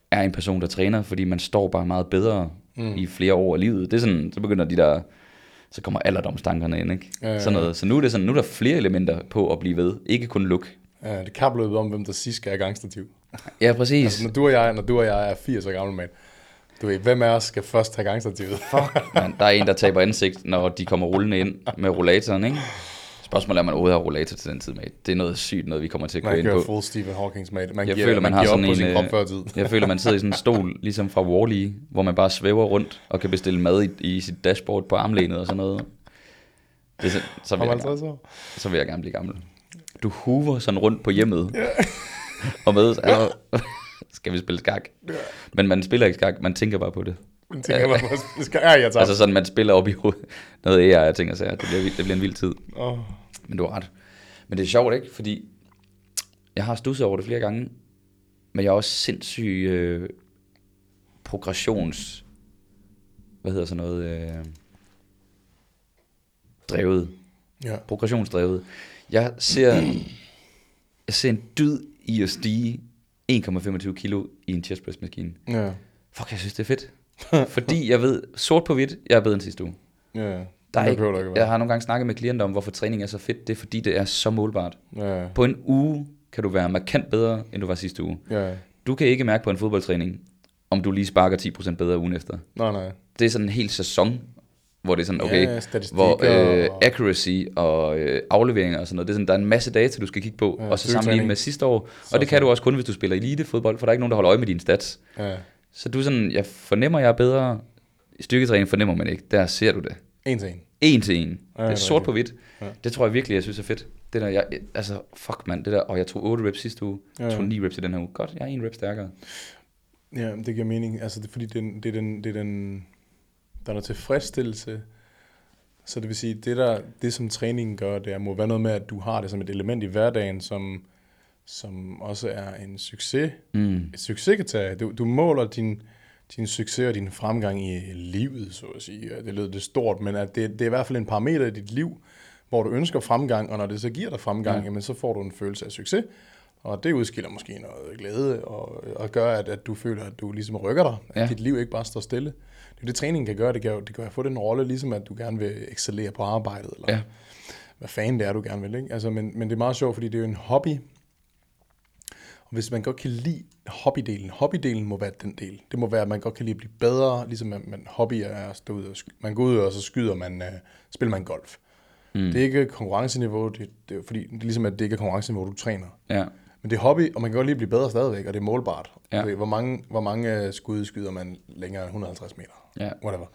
er en person, der træner, fordi man står bare meget bedre Mm. i flere år af livet. Det er sådan, så begynder de der, så kommer alderdomstankerne ind, ikke? Ja, ja, ja. Sådan noget. Så nu er det sådan, nu er der flere elementer på at blive ved, ikke kun look. Ja, det kapløbet om, hvem der sidst skal have gangstativ. Ja, præcis. Altså, når du og jeg, når du og jeg er firs år gammel, mand, du ved, hvem af os skal først have gangstativet? Fuck, man. Der er en, der taber ansigt, når de kommer rullende ind med rollatoren, ikke? Spørgsmålet er, om man overhovedet har rollator til den tid, mate. Det er noget sygt, noget vi kommer til at Man køre ind kører på. full Stephen Hawkings, mate. Man Jeg giver, føler, man, man har giver op sådan på sin en, krop før tid. jeg føler, man sidder i sådan en stol, ligesom fra Wall-E, hvor man bare svæver rundt og kan bestille mad i, i sit dashboard på armlænet og sådan noget. Det er så, så, vil jeg gerne, så vil jeg gerne blive gammel. Du hoover sådan rundt på hjemmet. Yeah. Og med, altså, skal vi spille skak? Yeah. Men man spiller ikke skak, man tænker bare på det. Man tænker bare på det. Skal, ja, jeg tager. Altså sådan, man spiller op i hovedet. Noget A I, jeg tænker sig, det bliver, det bliver en vild tid. Oh. Men du har ret. Men det er sjovt, ikke? Fordi jeg har studset over det flere gange, men jeg er også sindssyg øh, progressions... Hvad hedder sådan noget? Øh, drevet. Ja. Progressionsdrevet. Jeg ser, jeg ser en dyd i at stige en komma femogtyve kilo i en chest press maskine. Ja. Fuck, jeg synes, det er fedt. Fordi jeg ved, sort på hvidt, jeg er bedre end sidste uge. Ja. Der er ikke, jeg har nogle gange snakket med klienter om, hvorfor træning er så fedt. Det er fordi, det er så målbart. Ja. På en uge kan du være markant bedre, end du var sidste uge. Ja. Du kan ikke mærke på en fodboldtræning, om du lige sparker ti procent bedre ugen efter. Nej, nej. Det er sådan en hel sæson, hvor det er sådan, okay, ja, hvor øh, accuracy og øh, afleveringer og sådan noget, det er sådan, der er en masse data, du skal kigge på, ja, og så sammenligne med sidste år. Så og det kan du også kun, hvis du spiller elitefodbold, for der er ikke nogen, der holder øje med dine stats. Ja. Så du er sådan, jeg fornemmer, jeg er bedre. I styrketræning fornemmer man ikke. Der ser du det. En til en. En til en. Ja, det er sort på hvidt. Ja. Det tror jeg virkelig, jeg synes er fedt. Det der, jeg, altså, fuck mand, det der, og jeg tog otte reps sidste uge, jeg ja. tog ni reps i den her uge. Godt, jeg er en rep stærkere. Ja, det giver mening. Altså, det er fordi, det er, det er den, det er den, der er noget tilfredsstillelse. Så det vil sige, det der, det som træningen gør, det er, må være noget med, at du har det som et element i hverdagen, som, som også er en succes. Mm. Et succeskriterie. Du, du måler din, din succes og din fremgang i livet, så at sige. Det lyder det stort, men at det, det er i hvert fald en parameter i dit liv, hvor du ønsker fremgang, og når det så giver dig fremgang, ja. Jamen, så får du en følelse af succes. Og det udskiller måske noget glæde, og, og gør, at, at du føler, at du ligesom rykker dig. At ja. Dit liv ikke bare står stille. Det er det, træningen kan gøre. Det kan jo, det kan jo få den rolle, ligesom at du gerne vil excellere på arbejdet, eller ja. Hvad fanden det er, du gerne vil. Ikke? Altså, men, men det er meget sjovt, fordi det er jo en hobby. Og hvis man godt kan lide hobbydelen, hobbydelen må være den del. Det må være, at man godt kan lide at blive bedre, ligesom at man, hobby er at stå ud og sky- man går ud og så skyder man, uh, spiller man golf. Mm. Det er ikke konkurrenceniveau, det, det er, fordi det er ligesom, at det ikke er konkurrenceniveau, du træner. Ja. Men det er hobby, og man kan godt lige at blive bedre stadigvæk, og det er målbart. Ja. Altså, hvor mange, hvor mange skud skyder man længere end et hundrede og halvtreds meter? Ja. Whatever.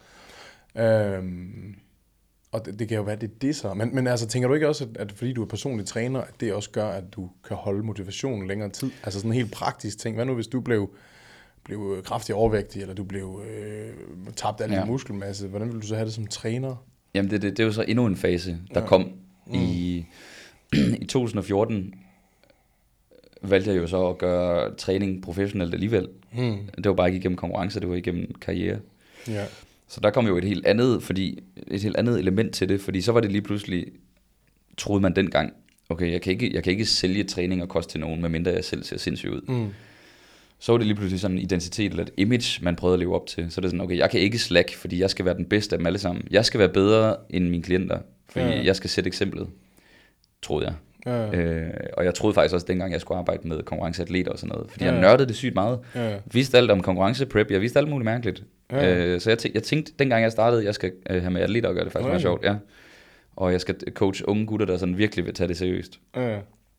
Øhm, og det, det kan jo være, det er det så. Men, men altså, tænker du ikke også, at, at fordi du er personlig træner, at det også gør, at du kan holde motivationen længere tid? Altså sådan en helt praktisk ting. Hvad nu, hvis du blev, blev kraftig overvægtig, eller du blev øh, tabt al din ja. muskelmasse? Hvordan ville du så have det som træner? Jamen, det, det, det er jo så endnu en fase, der ja. kom mm. i, i to tusind og fjorten. Valgte jeg jo så at gøre træning professionelt alligevel. Mm. Det var bare ikke igennem konkurrence, det var igennem karriere. Ja. Så der kom jo et helt andet, fordi et helt andet element til det, fordi så var det lige pludselig, troede man dengang, okay, jeg kan ikke, jeg kan ikke sælge træning og kost til nogen, medmindre jeg selv ser sindssygt ud. Mm. Så var det lige pludselig sådan en identitet eller et image, man prøvede at leve op til. Så det er sådan, okay, jeg kan ikke slack, fordi jeg skal være den bedste af dem alle sammen. Jeg skal være bedre end mine klienter, fordi ja. jeg skal sætte eksemplet, troede jeg. Ja, ja. Øh, og jeg troede faktisk også dengang jeg skulle arbejde med konkurrenceatleter og sådan noget, fordi ja, ja. jeg nørdede det sygt meget. Ja, ja. Vidste alt om konkurrenceprep, jeg vidste alt muligt mærkeligt. Ja, ja. Øh, så jeg, tæ- jeg tænkte dengang jeg startede, jeg skal øh, have med atleter og gøre det faktisk ja, ja. meget sjovt, ja. Og jeg skal coach unge gutter, der sådan virkelig vil tage det seriøst. Ja, ja.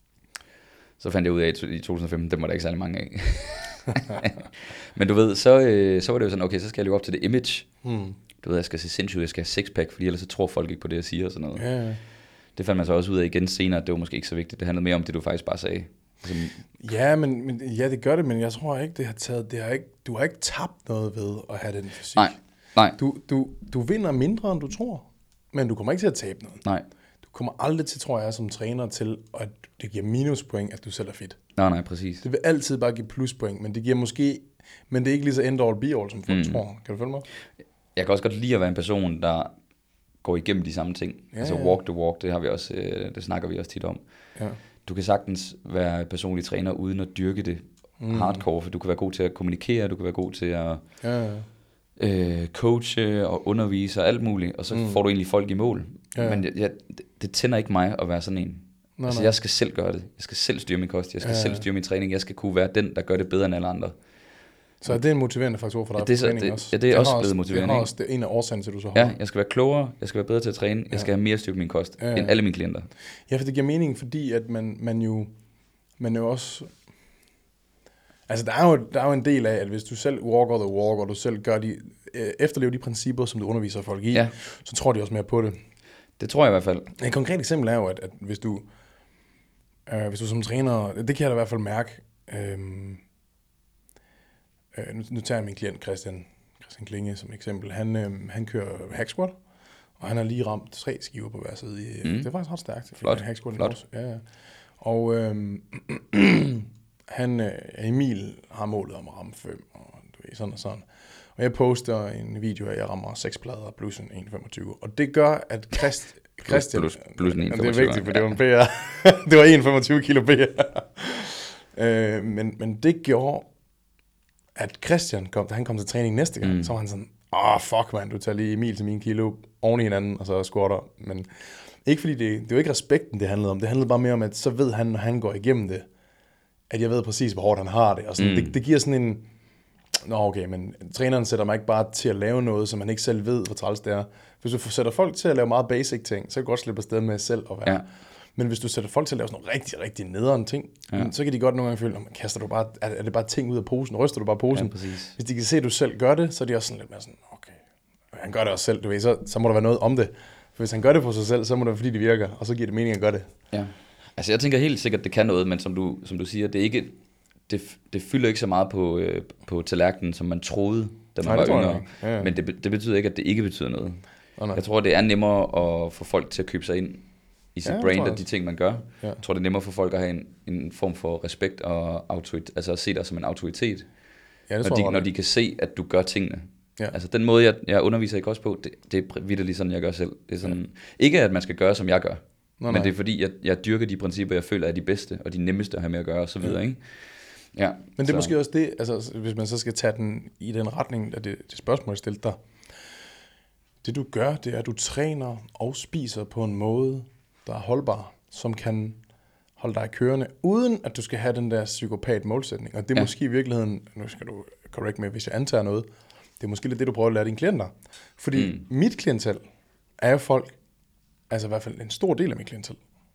Så fandt jeg ud af i to tusind og femten, det var der ikke særlig mange af. Men du ved, så, øh, så var det jo sådan, okay, så skal jeg leve op til det image. Hmm. Du ved, jeg skal se sindssygt, jeg skal have sixpack, fordi ellers så tror folk ikke på det, jeg siger og sådan noget. Ja, ja. Det fandt man så også ud af igen senere, at det var måske ikke så vigtigt. Det handlede mere om det, du faktisk bare sagde. Altså, ja, men, men, ja, det gør det, men jeg tror ikke, det har taget, det har ikke, du har ikke tabt noget ved at have den fysik. Nej, nej. Du, du, du vinder mindre, end du tror, men du kommer ikke til at tabe noget. Nej. Du kommer aldrig til, tror jeg, som træner til, at det giver minuspoint, at du selv er fit. Nej, nej, præcis. Det vil altid bare give pluspoint, men det giver måske, men det er ikke lige så end all be all, som folk mm. tror. Kan du følge mig? Jeg kan også godt lide at være en person, der går igennem de samme ting. Ja, altså walk the walk, det har vi også, det snakker vi også tit om. Ja. Du kan sagtens være personlig træner uden at dyrke det mm. hardcore, for du kan være god til at kommunikere, du kan være god til at ja, ja. Øh, coache og undervise og alt muligt, og så mm. får du egentlig folk i mål. Ja, ja. Men jeg, jeg, det, det tænder ikke mig at være sådan en. Nej, altså nej. Jeg skal selv gøre det. Jeg skal selv styre min kost, jeg skal ja, ja. selv styre min træning, jeg skal kunne være den, der gør det bedre end alle andre. Så er det en motiverende faktor for dig? Ja, det er, træning det, også? Ja, det er det også blevet også, motiverende. Det er også det en af årsagen til, du så holder. Ja, jeg skal være klogere, jeg skal være bedre til at træne, ja. jeg skal have mere styr på min kost, ja, ja. end alle mine klienter. Ja, for det giver mening, fordi at man, man jo man jo også... Altså, der er, jo, der er jo en del af, at hvis du selv walker the walk, og du selv gør de, øh, efterlever de principper, som du underviser folk i, ja. så tror de også mere på det. Det tror jeg i hvert fald. Et konkret eksempel er jo, at, at hvis du øh, hvis du som træner, det kan jeg da i hvert fald mærke, øh, øh, nu, nu tager jeg min klient Christian, Christian Klinge som eksempel, han, øh, han kører hack squat, og han har lige ramt tre skiver på hver side. I, mm. Det er faktisk ret stærkt. Flot, hack squat flot. Ja, ja. Og øh, han, øh, Emil har målet om at ramme fem, og du ved, sådan og sådan. Og jeg poster en video af, at jeg rammer seks plader plus en en femogtyve. Og det gør, at Christ, Christian... Plus, plus en en femogtyve. Det er vigtigt, for det var en P R. Det var en femogtyve kilo P R. øh, men, men det gjorde, at Christian kom, da han kom til træning næste gang, mm. så var han sådan, åh, oh, fuck man, du tager lige Emil til min kilo oven i hinanden, og så squatter. Men ikke fordi det, det var ikke respekten, det handlede om. Det handlede bare mere om, at så ved han, når han går igennem det, at jeg ved præcis, hvor hårdt han har det. Og sådan, mm. det, det giver sådan en... Nå okay, men træneren sætter mig ikke bare til at lave noget, som man ikke selv ved, hvor træls det er. Hvis du sætter folk til at lave meget basic ting, så kan du godt slippe afsted med selv at være. Ja. Men hvis du sætter folk til at lave sådan nogle rigtig, rigtig nederen ting, ja. så kan de godt nogle gange føle, at kaster du bare, er det bare ting ud af posen, ryster du bare posen. Ja, hvis de kan se, at du selv gør det, så er de også sådan lidt mere sådan, okay, han gør det også selv, du ved, så, så må der være noget om det. For hvis han gør det på sig selv, så må det være, fordi det virker, og så giver det mening at gøre det. Ja. Altså jeg tænker helt sikkert, det kan noget, men som du, som du siger, det er ikke... Det, det fylder ikke så meget på, øh, på tallerkenen, som man troede, da man Nej, var yngre. Ja, ja. Men det, det betyder ikke, at det ikke betyder noget. Oh, jeg tror, det er nemmere at få folk til at købe sig ind i sit ja, brain af de ting, man gør. Ja. Jeg tror, det er nemmere for folk at have en, en form for respekt og autoritet, altså at se dig som en autoritet, ja, det når, de, når de kan se, at du gør tingene. Ja. Altså den måde, jeg, jeg underviser ikke også på, det, det er vitterligt sådan, jeg gør selv. Det er sådan, ja. Ikke, at man skal gøre, som jeg gør, Nå, men nej. Det er fordi, jeg, jeg dyrker de principper, jeg føler er de bedste og de nemmeste at have med at gøre, og så videre, ja. Ikke? Ja, men det er så. Måske også det, altså hvis man så skal tage den i den retning af det, det spørgsmål, jeg stillede dig. Det du gør, det er, at du træner og spiser på en måde, der er holdbar, som kan holde dig kørende, uden at du skal have den der psykopat målsætning. Og det er ja. Måske i virkeligheden, nu skal du correct mig, hvis jeg antager noget, det er måske lidt det, du prøver at lære dine klienter. Fordi mm. mit klientel er jo folk, altså i hvert fald en stor del af mit klientel,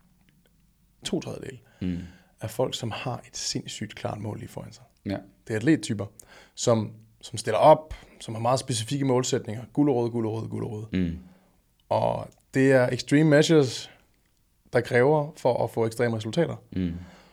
to tredjedel, mm. af folk, som har et sindssygt klart mål lige foran sig. Ja. Det er atlettyper, som, som stiller op, som har meget specifikke målsætninger. Gulerod, gulerod, gulerod. Mm. Og det er extreme measures, der kræver for at få ekstreme resultater. Mm.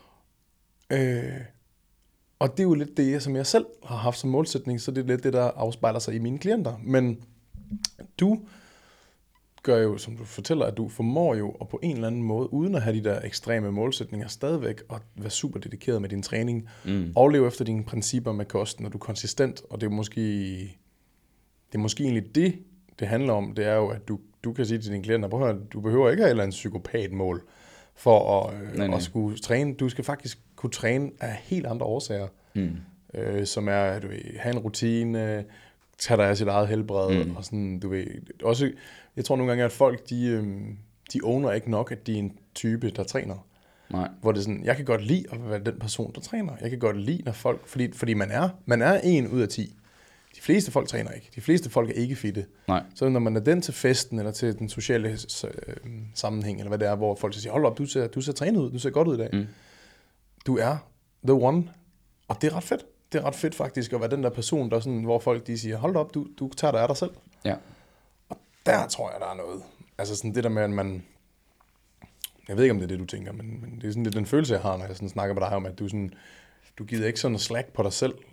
Øh, og det er jo lidt det, som jeg selv har haft som målsætning, så det er lidt det, der afspejler sig i mine klienter. Men du gør jo, som du fortæller, at du formår jo at på en eller anden måde, uden at have de der ekstreme målsætninger, stadigvæk at være super dedikeret med din træning, mm. og leve efter dine principper med kosten, og du er konsistent, og det er måske, det er måske egentlig det, det handler om, det er jo, at du, du kan sige til dine klienter, prøv at du behøver ikke have et eller andet psykopatmål for at, øh, nej, nej. at skulle træne. Du skal faktisk kunne træne af helt andre årsager, mm. øh, som er, du ved, have en rutine, tage dig af sit eget helbred, mm. og sådan, du ved, også, jeg tror nogle gange, at folk, de, øhm, de owner ikke nok, at de er en type, der træner. Nej. Hvor det er sådan, jeg kan godt lide at være den person, der træner. Jeg kan godt lide, når folk, fordi, fordi man er, man er en ud af ti. De fleste folk træner ikke. De fleste folk er ikke fitte. Nej. Så når man er den til festen, eller til den sociale øh, sammenhæng, eller hvad det er, hvor folk siger, hold op, du ser, du ser trænet ud, du ser godt ud i dag. Mm. Du er the one, og det er ret fedt. Det er ret fedt faktisk at være den der person, der sådan, hvor folk de siger, hold op, du, du tager dig af dig selv. Ja. Og der tror jeg, der er noget. Altså sådan det der med, at man... Jeg ved ikke, om det er det, du tænker, men, men det er sådan lidt den følelse, jeg har, når jeg sådan snakker med dig om, at du, sådan, du gider ikke sådan slack på dig selv.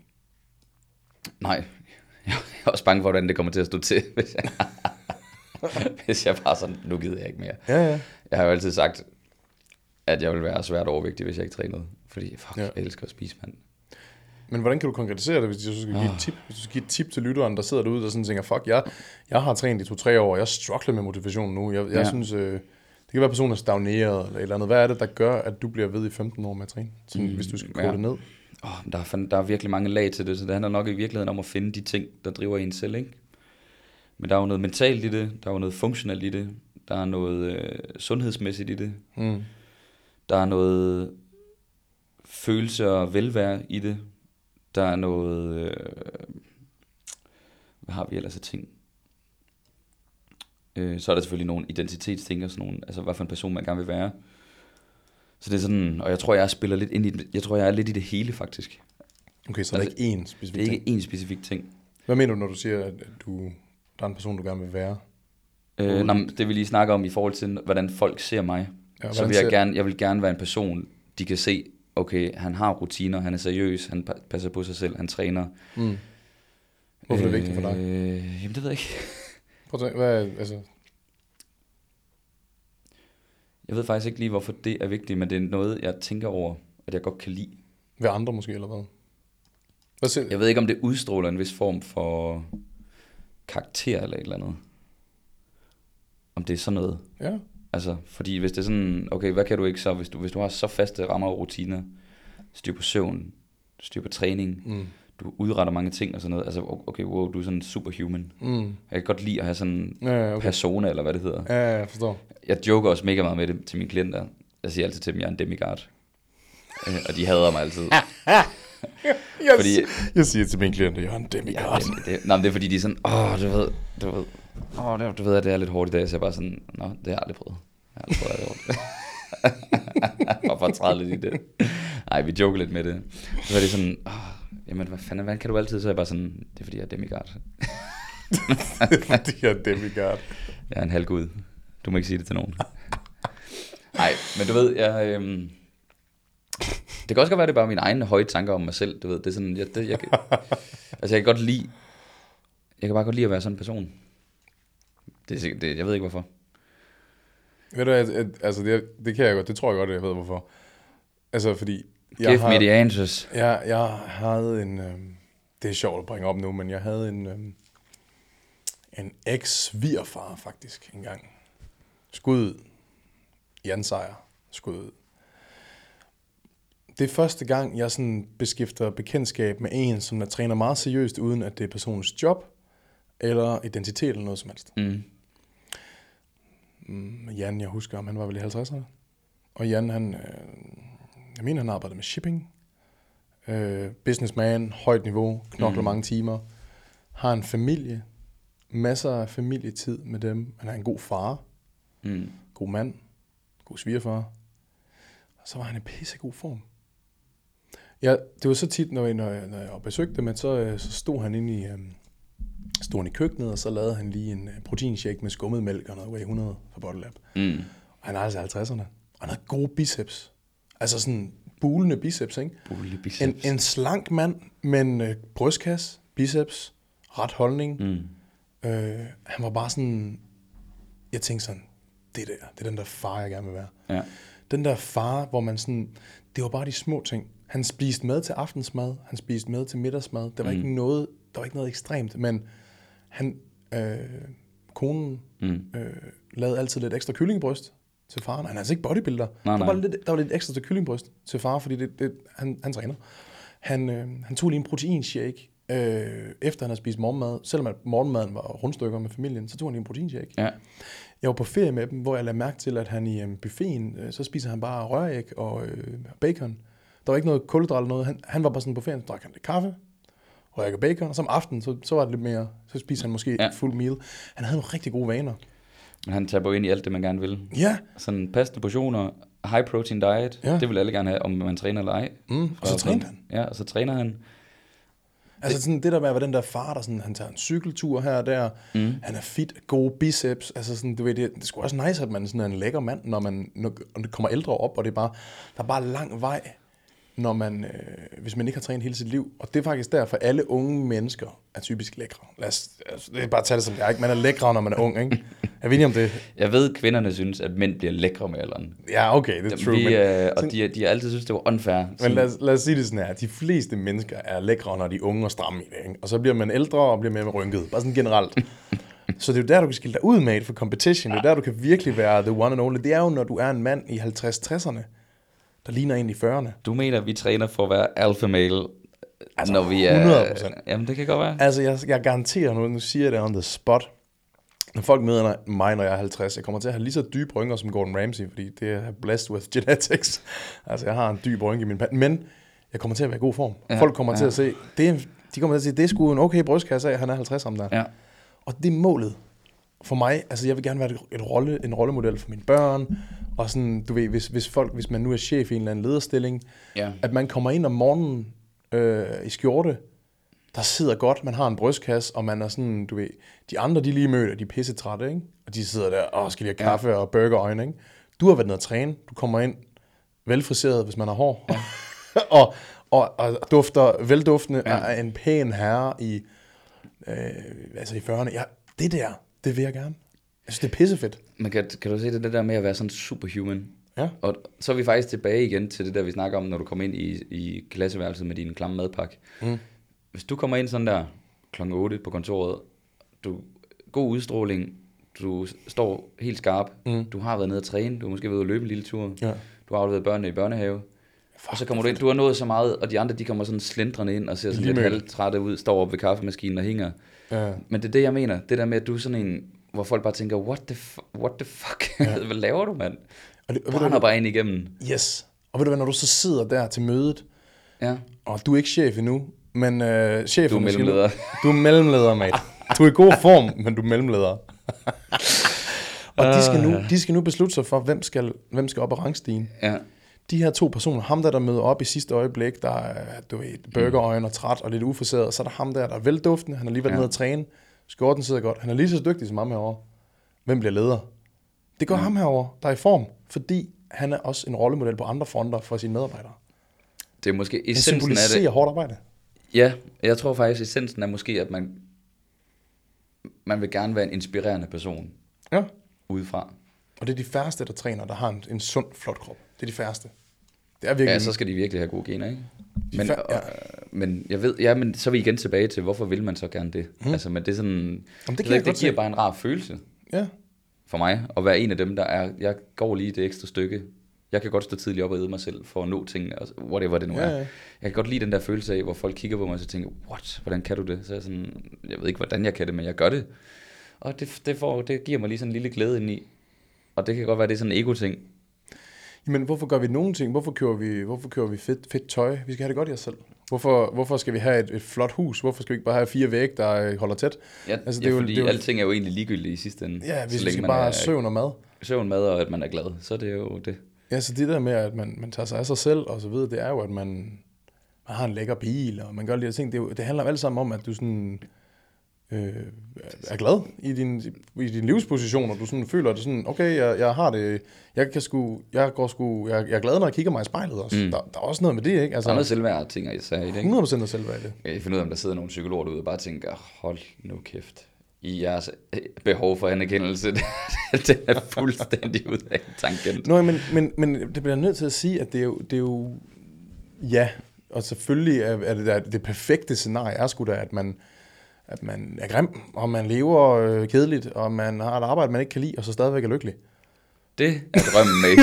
Nej, jeg er også bange for, hvordan det kommer til at stå til, hvis jeg, hvis jeg bare sådan, nu gider jeg ikke mere. Ja, ja. Jeg har jo altid sagt, at jeg vil være svært overvægtig, hvis jeg ikke trænede. Fordi fuck, ja. Jeg elsker at spise, mand. Men hvordan kan du konkretisere det, hvis du skal give et tip? Hvis du skal give et tip til lytteren, der sidder derude og sådan tænker, fuck, jeg, jeg har trænet i to-tre år, og jeg struggler med motivation nu. Jeg, jeg ja. synes, øh, det kan være, personen er stagneret, eller et eller andet. Hvad er det, der gør, at du bliver ved i femten år med at træne? Sådan, mm, hvis du skal kode ja. det ned. Oh, der, er, fandme- der er virkelig mange lag til det, så det handler nok i virkeligheden om at finde de ting, der driver en selv, ikke? Men der er jo noget mentalt i det, der er jo noget funktionelt i det, der er noget øh, sundhedsmæssigt i det, Mm. der er noget følelse og velvære i det, der er noget, øh, hvad har vi ellers af ting? Øh, så er der selvfølgelig nogle identitetsting og sådan nogle, altså hvad for en person man gerne vil være. Så det er sådan, og jeg tror, jeg spiller lidt ind i det. Jeg tror, jeg er lidt i det hele, faktisk. Okay, så Altså, det er ikke én specifik Det er ting. ikke én specifik ting. Hvad mener du, når du siger, at du, der er en person, du gerne vil være? Øh, nå, men det vi lige snakker om i forhold til, hvordan folk ser mig. Ja, Så hvordan vil jeg ser- gerne, jeg vil gerne være en person, de kan se, okay, han har rutiner, han er seriøs, han pa- passer på sig selv, han træner. Mm. Hvorfor er det vigtigt for dig? Øh, jamen, det ved jeg ikke. Prøv at tænke, hvad, er- altså, Jeg ved faktisk ikke lige, hvorfor det er vigtigt, men det er noget, jeg tænker over, at jeg godt kan lide. ved andre måske, eller hvad? Hvad siger, Jeg ved ikke, om det udstråler en vis form for karakter eller et eller andet. Om det er sådan noget. Ja. Altså, fordi hvis det er sådan, okay, hvad kan du ikke så, hvis du, hvis du har så faste rammer og rutiner, styr på søvn, styr på træning, Mm. du udretter mange ting og sådan noget, altså, okay, wow, du er sådan superhuman. Mm. Jeg kan godt lide at have sådan Ja, ja, okay. okay. persona, eller hvad det hedder. Ja, ja, jeg forstår. Jeg joker også mega meget med det til mine klienter. Jeg siger altid til dem, jeg er en demigod. Øh, og de hader mig altid. Jeg, Fordi- jeg siger til mine klienter, jeg er en demigod. Ja, det, det, nej, men det er fordi, de er sådan, åh, du ved, du ved, åh, det, du ved, at det er lidt hårdt i dag, så jeg er bare sådan, nå, det har jeg aldrig prøvet. Jeg har aldrig prøvet, at det er hårdt. Bare for at træde lidt i det. Nej, vi joker lidt med det. Så er det sådan, åh, jamen, hvad fanden, hvad kan du altid? Så er jeg bare sådan, det er fordi, jeg er demigod. Fordi jeg er demigod. Jeg er en halvgud. Du må ikke sige det til nogen. Nej, men du ved, jeg... Øhm, det kan også godt være, det er bare mine egne høje tanker om mig selv. Du ved, det er sådan, jeg, det, jeg, altså jeg kan godt lide, jeg kan bare godt lide at være sådan en person. Det er sikkert, det, jeg ved ikke hvorfor. Ved du, at, at, altså det, det kan jeg godt, det tror jeg godt, jeg ved hvorfor. Altså fordi, jeg Give har, me the answers. jeg, jeg havde en, øhm, det er sjovt at bringe op nu, men jeg havde en, øhm, en eks-svigerfar faktisk engang. Skud Jan Sejer, skud. Det er første gang, jeg sådan beskifter bekendtskab med en, som der træner meget seriøst, uden at det er personens job, eller identitet eller noget som helst. Mm. Mm, Jan, jeg husker ham, han var vel i halvtredserne. Og Jan, han, øh, jeg mener, han arbejdede med shipping. Øh, businessman, højt niveau, knokler mm. mange timer. Har en familie, masser af familietid med dem. Han er en god far, Mm. god mand, god svigerfar. Og så var han i pissegod form. Ja, det var så tit, når jeg, når jeg, når jeg besøgte dem, at så, øh, så stod han inde i, øh, stod han i køkkenet, og så lavede han lige en øh, proteinshake med skummet mælk og noget Whey hundrede fra Bottle Lab. Mm. Og han er altså halvtredserne. Og han havde gode biceps. Altså sådan bulende biceps, ikke? Bully En, biceps. en slank mand med en øh, brystkasse, biceps, ret holdning. Mm. Øh, han var bare sådan, jeg tænkte sådan, det der, det er den der far, jeg gerne vil være. Ja. Den der far, hvor man sådan, det var bare de små ting. Han spiste mad til aftensmad, han spiste mad til middagsmad. Der var Mm. ikke noget, der var ikke noget ekstremt, men han, øh, konen, Mm. øh, lavede altid lidt ekstra kyllingebryst til faren. Han er altså ikke bodybuilder. Nej, der, nej. var lidt, der var lidt ekstra til kyllingebryst til far, fordi det, det, han, han træner. Han, øh, han tog lige en proteinshake, øh, efter han havde spist morgenmad. Selvom at morgenmaden var rundstykker med familien, så tog han lige en proteinshake. Ja. Jeg var på ferie med dem, hvor jeg lagde mærke til, at han i øh, buffeten, øh, så spiser han bare røræg og øh, bacon. Der var ikke noget kulhydrat eller noget. Han, han var bare sådan på ferien, så drak han lidt kaffe, røræg og bacon, og så om aftenen, så, så var det lidt mere, så spiste han måske Ja. et fuld meal. Han havde nogle rigtig gode vaner. Men han taber ind i alt det, man gerne vil. Ja, Sådan passende portioner, high protein diet, Ja. det vil alle gerne have, om man træner eller ej. mm, og så trænede han. Ja, og så træner han. Altså sådan det der med at være den der far, der sådan, han tager en cykeltur her og der, Mm. han er fit, gode biceps, altså sådan, du ved, det, det er sgu også nice, at man sådan er en lækker mand, når man når, når det kommer ældre op, og det er bare, der er bare lang vej, når man, øh, hvis man ikke har trænet hele sit liv, og det er faktisk derfor, at alle unge mennesker er typisk lækre. Lad os, altså, det er bare at tage det som det er, ikke? Man er lækre, når man er ung, ikke? Er vi enige om det? Jeg ved, kvinderne synes, at mænd bliver lækre med alderen. Ja, okay, det er true, Vi, men, øh, og de, de har altid synes, det var unfair. men lad, os, lad os sige det sådan her, de fleste mennesker er lækre, når de er unge og stramme i det, ikke? Og så bliver man ældre og bliver mere rynket, bare sådan generelt. Så det er jo der, du kan skille dig ud med for competition. Det er der, du kan virkelig være the one and only. Det er jo, når du er en mand i halvtreds tresserne. der ligner en i fyrrerne. Du mener, vi træner for at være alpha male, Altså, når vi er... hundrede procent. Jamen, det kan godt være. Altså, jeg, jeg garanterer nu, nu siger jeg det on the spot. Når folk møder mig, når jeg er halvtreds, jeg kommer til at have lige så dybe rynker som Gordon Ramsay, fordi det er blessed with genetics. Altså, jeg har en dyb rynke i min pande, men jeg kommer til at være i god form. Ja, folk kommer ja. til at se, det er, de kommer til at sige, det er sgu en okay brystkasse af, han er halvtreds om der. Ja. Og det er målet for mig. Altså, jeg vil gerne være et, et rolle, en rollemodel for mine børn, og sådan, du ved, hvis, hvis folk, hvis man nu er chef i en eller anden lederstilling, ja. At man kommer ind om morgenen øh, i skjorte, der sidder godt, man har en brystkasse, og man er sådan, du ved, de andre, de lige møder, de er pissetrætte, ikke? Og de sidder der, åh, skal de have kaffe ja. Og burgerøjne, ikke? Du har været nede at træne, du kommer ind velfriseret, hvis man har hår, ja. og, og, og dufter, velduftende, ja. Er en pæn herre i, øh, altså i fyrrerne. Ja, det der, det vil jeg gerne. Jeg synes, det er pissefedt. Men kan, kan du se det, det der med at være sådan superhuman? Ja. Og så er vi faktisk tilbage igen til det der, vi snakker om, når du kommer ind i, i klasseværelset med din klamme madpakke. Mm. Hvis du kommer ind sådan der klokken otte på kontoret, du god udstråling, du står helt skarp, mm. du har været nede at træne, du har måske været ude at løbe en lille tur, ja. Du har afleveret børnene i børnehave, fuck, og så kommer du ind, du har nået så meget, og de andre, de kommer sådan slendrende ind og ser sådan lidt halvtrætte ud, står op ved kaffemaskinen og hænger. Ja. Men det er det, jeg mener, det der med, at du er sådan en, hvor folk bare tænker, what the, fu- what the fuck, ja. Hvad laver du, mand? Og det, brænder bare ind igennem. Yes. Og ved du hvad, når du så sidder der til mødet, ja. Og du er ikke chef endnu, men øh, chefen... Du er mellemleder. Du er mellemleder, mate. Du er i god form, men du er mellemleder. Og de skal, nu, de skal nu beslutte sig for, hvem skal, hvem skal op ad rangstigen. Ja. De her to personer, ham der, der møder op i sidste øjeblik, der er, du ved, burgerøjne og træt og lidt uforseret, så er der ham der, der er velduftende, han har lige været ja. Nede at træne, skjorten sidder godt, han er lige så dygtig som ham herovre. Hvem bliver leder? Det går ja. Ham herovre, der er i form, fordi han er også en rollemodel på andre fronter for sine medarbejdere. Det er måske essensen af det. Han symboliserer hårdt arbejde. Ja, jeg tror faktisk, essensen er måske, at man, man vil gerne være en inspirerende person. Ja. Udefra. Og det er de færreste, der træner, der har en, en sund, flot krop. Det er de færreste. Det er virkelig... Ja, så skal de virkelig have gode gener, ikke? Men, fær- ja. øh, men jeg ved, ja, men så er vi igen tilbage til, hvorfor vil man så gerne det? Mm. Altså, men det er sådan... Jamen, det, det, det giver bare en rar følelse. Ja. For mig, at være en af dem, der er... Jeg går lige det ekstra stykke. Jeg kan godt stå tidligt op og æde mig selv, for at nå ting, altså, whatever det nu ja, er. Ja. Jeg kan godt lide den der følelse af, hvor folk kigger på mig, og så tænker, what, hvordan kan du det? Så er jeg sådan, jeg ved ikke, hvordan jeg kan det, men jeg gør det. Og det, det, får, det giver mig lige sådan en lille glæde ind i. Og det kan godt være, det er sådan en ego-ting. Jamen, hvorfor gør vi nogen ting? Hvorfor kører vi, hvorfor kører vi fedt, fedt tøj? Vi skal have det godt i os selv. Hvorfor, hvorfor skal vi have et, et flot hus? Hvorfor skal vi ikke bare have fire vægge, der holder tæt? Ja, altså, det ja, er jo, fordi det er jo, alting er jo egentlig ligegyldigt i sidste ende. Ja, hvis vi skal bare have søvn og mad. Søvn, mad og at man er glad, så er det jo det. Ja, så det der med, at man, man tager sig af sig selv og så videre, det er jo, at man, man har en lækker bil, og man gør de her ting. Det, er jo, det handler jo alt sammen om, at du sådan... Øh, er glad i din, i din livsposition, og du sådan føler, at du sådan, okay, jeg, jeg har det, jeg kan sgu, jeg går sgu, jeg, jeg er glad, når jeg kigger mig i spejlet også. Mm. Der, der er også noget med det, ikke? Altså, der er noget selvværd, ting jeg sagde i det, ikke? hundrede procent selvværd i det. Jeg finder ud af, om der sidder nogle psykologer derude og bare tænker, hold nu kæft, i jeres behov for anerkendelse, det er fuldstændig ud af tangent. Nå, men, men, men det bliver nødt til at sige, at det er jo, det er jo ja, og selvfølgelig er, er det, der, det perfekte scenarie er sgu da, at man at man er grim, og man lever øh, kedeligt, og man har et arbejde, man ikke kan lide, og så stadigvæk er lykkelig. Det er drømmen, mate.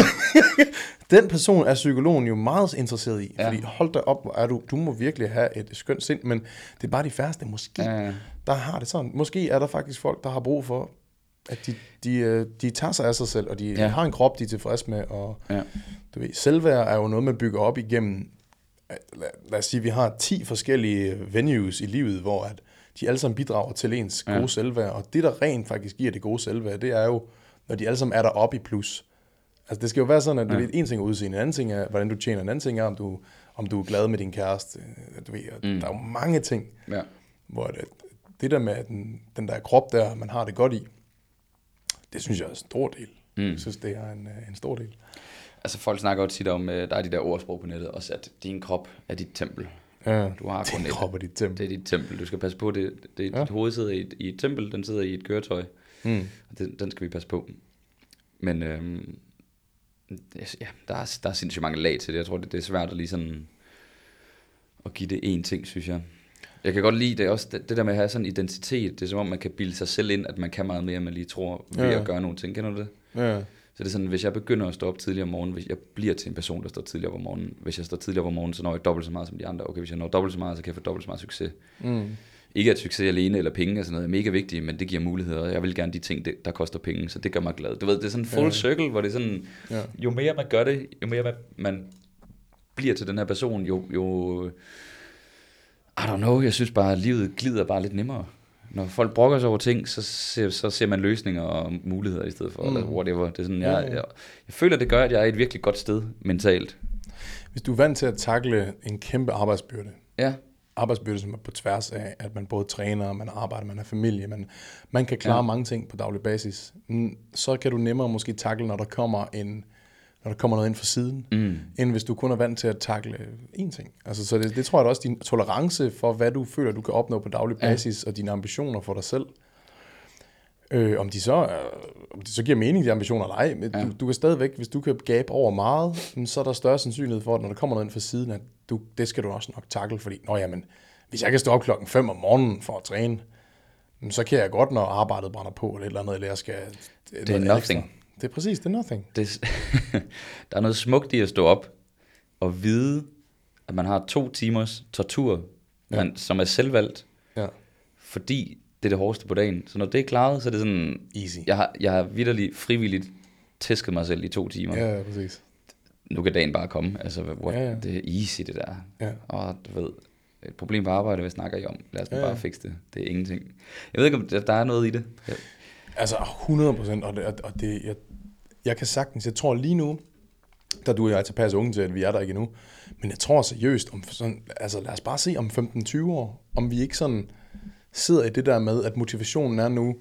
Den person er psykologen jo meget interesseret i, ja. Fordi hold da op, er du, du må virkelig have et skønt sind, men det er bare de færreste, måske, ja. Der har det sådan. Måske er der faktisk folk, der har brug for, at de, de, de tager sig af sig selv, og de, ja. De har en krop, de er tilfreds med, og ja. Du ved, selvværd er jo noget, man bygger op igennem, lad, lad os sige, vi har ti forskellige venues i livet, hvor at de alle sammen bidrager til ens gode ja. Selvværd, og det, der rent faktisk giver det gode selvværd, det er jo, når de alle sammen er der oppe i plus. Altså, det skal jo være sådan, at ja. Det er en ting er udseende, en anden ting er, hvordan du tjener, en anden ting er, om du, om du er glad med din kæreste. Du ved, mm. Der er jo mange ting, ja. Hvor det, det der med den, den der krop der, man har det godt i, det synes jeg er en stor del. Mm. Jeg synes, det er en, en stor del. Altså, folk snakker jo tit om, der er de der ordsprog på nettet, også at din krop er dit tempel. Ja, du har kun din krop er dit tempel. Det er dit tempel. Du skal passe på, det, det ja. Dit hoved sidder i et, i et tempel, den sidder i et køretøj. Mm. Og den, den skal vi passe på. Men øhm, ja, der er, der er sindssygt mange lag til det. Jeg tror, det, det er svært at lige sådan at give det én ting, synes jeg. Jeg kan godt lide det også, det, det der med at have sådan en identitet. Det er som om, man kan bilde sig selv ind, at man kan meget mere, end man lige tror ved ja. At gøre nogle ting. Kender du det? Ja. Så det er sådan, hvis jeg begynder at stå op tidligere om morgenen, hvis jeg bliver til en person, der står tidligere om morgenen, hvis jeg står tidligere om morgenen, så når jeg dobbelt så meget som de andre. Okay, hvis jeg når dobbelt så meget, så kan jeg få dobbelt så meget succes. Mm. Ikke at succes alene eller penge og sådan noget er mega vigtigt, men det giver muligheder, og jeg vil gerne de ting, der koster penge, så det gør mig glad. Du ved, det er sådan en full ja. circle, hvor det er sådan, ja. jo mere man gør det, jo mere man bliver til den her person, jo, jo, I don't know, jeg synes bare, at livet glider bare lidt nemmere. Når folk brokker sig over ting, så ser, så ser man løsninger og muligheder i stedet for, mm. eller whatever. Det er sådan, jeg, jeg, jeg føler, det gør, at jeg er et virkelig godt sted mentalt. Hvis du er vant til at takle en kæmpe arbejdsbyrde, ja. arbejdsbyrde, som er på tværs af, at man både træner, man arbejder, man har familie, man, man kan klare ja. mange ting på daglig basis, så kan du nemmere måske takle, når der kommer en når der kommer noget ind fra siden, mm. end hvis du kun er vant til at takle én ting. Altså, så det, det tror jeg da også, din tolerance for, hvad du føler, du kan opnå på daglig basis, ja. og dine ambitioner for dig selv. Øh, om, de så, øh, om de så giver mening, de ambitioner eller ej, men ja. du, du kan stadigvæk, hvis du kan gabe over meget, så er der større sandsynlighed for, at når der kommer noget ind fra siden, at du, det skal du også nok takle, fordi, nå jamen, hvis jeg kan stå op klokken fem om morgenen for at træne, så kan jeg godt, når arbejdet brænder på, eller et eller andet, eller jeg skal... Det er nothing. Ekstra. Det er præcis, det er nothing. Det, der er noget smukt i at stå op og vide, at man har to timers tortur, ja. man, som er selvvalgt, ja. fordi det er det hårdeste på dagen. Så når det er klaret, så er det sådan... Easy. Jeg har, jeg har vitterligt frivilligt tæsket mig selv i to timer. Ja, ja, præcis. Nu kan dagen bare komme. Altså, what, ja, ja. Det er easy, det der. Ja. Og du ved, et problem på arbejde, hvad snakker I om? Lad os ja, ja. bare fikse det. Det er ingenting. Jeg ved ikke, om der er noget i det. Ja. Altså hundrede procent, og det, og det jeg, jeg kan sagtens, jeg tror lige nu, der du og jeg er tilpas unge til, at vi er der ikke endnu, men jeg tror seriøst, om sådan, altså lad os bare se om femten tyve år, om vi ikke sådan sidder i det der med, at motivationen er nu,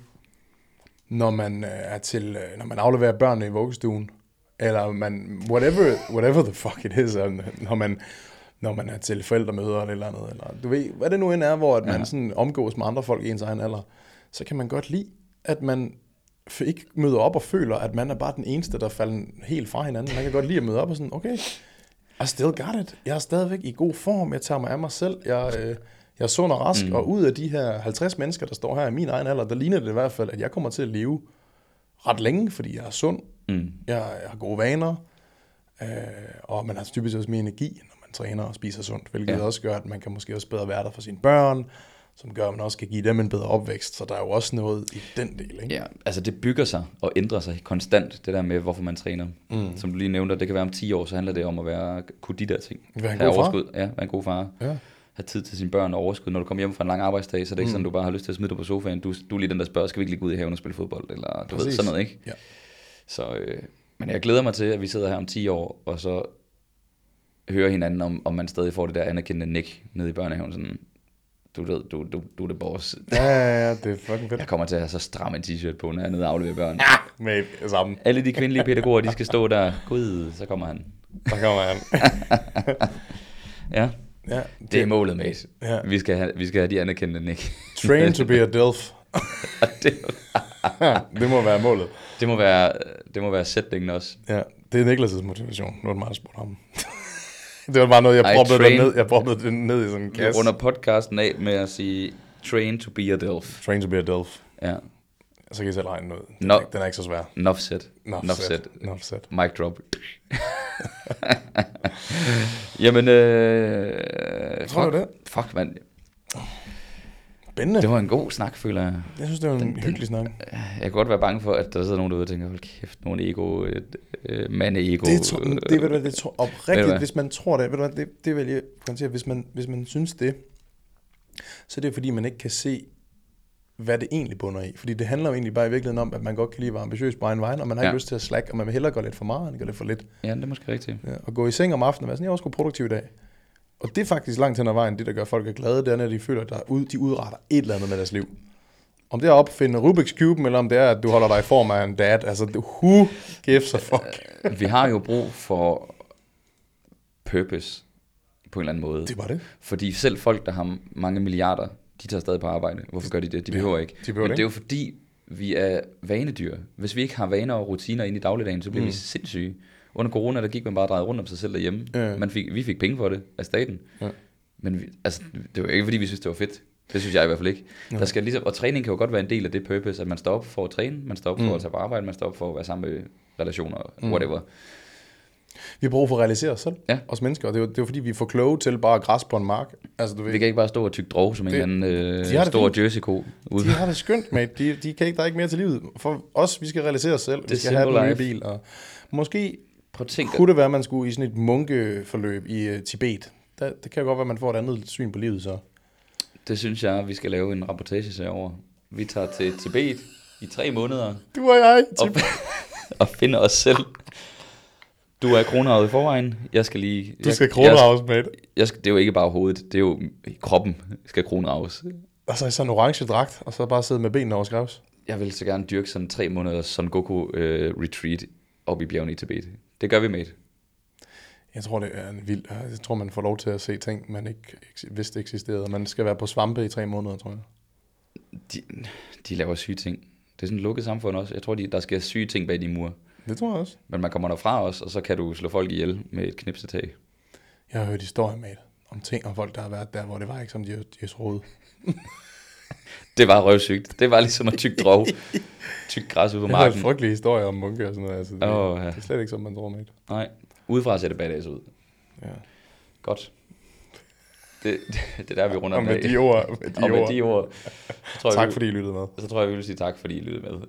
når man er til, når man afleverer børnene i vuggestuen, eller man, whatever, whatever the fuck it is, når man, når man er til forældremøder eller eller andet, eller du ved, hvad det nu end er, hvor at man ja. sådan omgås med andre folk i ens egen alder, så kan man godt lide, at man ikke møder op og føler, at man er bare den eneste, der falder helt fra hinanden. Man kan godt lide at møde op og sådan, okay, I still got it. Jeg er stadigvæk i god form, jeg tager mig af mig selv, jeg, øh, jeg er sund og rask, mm. og ud af de her halvtreds mennesker, der står her i min egen alder, der ligner det i hvert fald, at jeg kommer til at leve ret længe, fordi jeg er sund, mm. jeg, jeg har gode vaner, øh, og man har typisk også mere energi, når man træner og spiser sundt, hvilket ja. også gør, at man kan måske også bedre være der for sine børn, som gør, at man også kan give dem en bedre opvækst. Så der er jo også noget i den del, ikke? Ja, altså det bygger sig og ændrer sig konstant, det der med, hvorfor man træner. Mm. Som du lige nævnte, det kan være om ti år, så handler det om at være, kunne de der ting. Være en god far. Overskud. Ja, være en god far. Ja. Have tid til sine børn og overskud. Når du kommer hjem fra en lang arbejdsdag, så er det ikke mm. sådan, du bare har lyst til at smide dig på sofaen. Du, du er lige den, der spørger, skal vi ikke lige gå ud i haven og spille fodbold? Eller du Præcis. ved, sådan noget, ikke? Ja. Så, øh, men jeg glæder mig til, at vi sidder her om ti år, og så hører hinanden, om, om man stadig får det der anerkendende nik nede i børnehaven, sådan... Du ved, du, du, du er det boss. Ja, ja, ja, det er fucking fedt. Jeg kommer til at have så stram en t-shirt på, når jeg er nede og afleverer børn. Ja, med sammen. Alle de kvindelige pædagoger, de skal stå der. Gud, så kommer han. Så kommer han. ja. ja det, det er målet, mate. Ja. Vi, skal have, vi skal have de anerkendte, Nick. Train to be a dilf. det, det må være målet. Det må være, det må være sætningen også. Ja, det er Niklas' motivation. Nu er det meget, der spurgte ham. Det var bare noget, jeg proppede ned, jeg proppede det ned i sådan en kasse. Vi runder podcasten af med at sige, train to be a dilf. Train to be a dilf. Ja. Så kan I selv regne ud. Den, no, er, den er ikke så svær. Enough said. Enough said. Enough said. Mic drop. Jamen, øh... Tror du det? Fuck, mand. Spændende. Det var en god snak, føler jeg. Jeg synes, det var en den, hyggelig snak. Jeg kan godt være bange for, at der sidder nogen derude og tænker, hold kæft, nogle ego, et, øh, mande-ego. Det, tro, det, ved du, det tror oprigtigt, hvis man tror det, ved du, det, det vil jeg pointere, hvis man, hvis man synes det, så er det fordi, man ikke kan se, hvad det egentlig bunder i. Fordi det handler jo egentlig bare i virkeligheden om, at man godt kan lide at være ambitiøs på egen vej, og man har ja. ikke lyst til at slack, og man vil hellere gå lidt for meget, end gå lidt for lidt. Ja, det er måske rigtigt. Ja, og gå i seng om aftenen og være sådan, jeg er også god produktiv i dag. Og det er faktisk langt hen ad vejen, det der gør folk er glade, det er, når de føler, at der ud, de udretter et eller andet med deres liv. Om det er at opfinde Rubik's Cube, eller om det er, at du holder dig i form af en dad, altså who gives a fuck? Vi har jo brug for purpose på en eller anden måde. Det var det. Fordi selv folk, der har mange milliarder, de tager stadig på arbejde. Hvorfor gør de det? De behøver ikke. De behøver Men det er jo fordi, vi er vanedyr. Hvis vi ikke har vaner og rutiner ind i dagligdagen, så bliver mm. vi sindssyge. Under corona, der gik man bare og drejede rundt om sig selv derhjemme. Ja. Man fik, vi fik penge for det af staten. Ja. Men vi, altså, det var ikke fordi, vi synes, det var fedt. Det synes jeg i hvert fald ikke. Ja. Der skal ligesom, og træning kan jo godt være en del af det purpose, at man står op for at træne, man står op for Mm. at tage på arbejde, man står op for at være sammen med relationer, Mm. whatever. Vi har brug for at realisere os selv, Ja. os mennesker, og det er, jo, det er jo fordi, vi er for kloge til bare at græsse på en mark. Altså, du ved, Vi kan ikke bare stå og tygge drog som en Det- eller anden de har øh, det stor fint. jersey-ko. ude. de har det skønt, mate. De, de kan ikke, der er ikke mere til livet. For os, vi skal realisere os selv. Vi Det skal have den simple nye life. bil. Og måske Prøv at tænke, kunne det være, at man skulle i sådan et munkeforløb i uh, Tibet. Der, det kan jo godt være, at man får et andet syn på livet så. det synes jeg, vi skal lave en rapportage over. Vi tager til Tibet i tre måneder Du og jeg. og, og finder os selv. Du er kronravet i forvejen. Jeg skal lige... Du skal jeg, kronraves, mate. Jeg skal, det er jo ikke bare hovedet, det er jo kroppen skal kronraves. Og så i sådan en orange dragt, og så bare sidde med benene over skrevs. Jeg vil så gerne dyrke sådan tre måneder Son Goku øh, retreat op i bjergene i Tibet. Det gør vi, mate. Jeg tror, det er en vild... Jeg tror, man får lov til at se ting, man ikke vidste eksisterede. Man skal være på svampe i tre måneder, tror jeg. De, de laver syge ting. Det er sådan et lukket samfund også. Jeg tror, de, der sker syge ting bag de mure. Det tror jeg også. Men man kommer derfra også, og så kan du slå folk ihjel med et knipsetag. Jeg har hørt historier med om ting, om folk, der har været der, hvor det var ikke, som de, de troede. Det var røvsygt. Det var ligesom at tykke drog. Tyk græs ude på Jeg har hørt marken. frygtelige historier om munke og sådan noget. Altså, det, Åh, ja. det er slet ikke, som man tror med. Nej, udefra ser det badass ud. Ja. Godt. Det, det, det er der, vi runder Og den med af. de ord, med de Og med ord. de ord, så tror, Tak jeg, vi, fordi I lyttede med. så tror jeg, vi vil sige tak, fordi I lyttede med.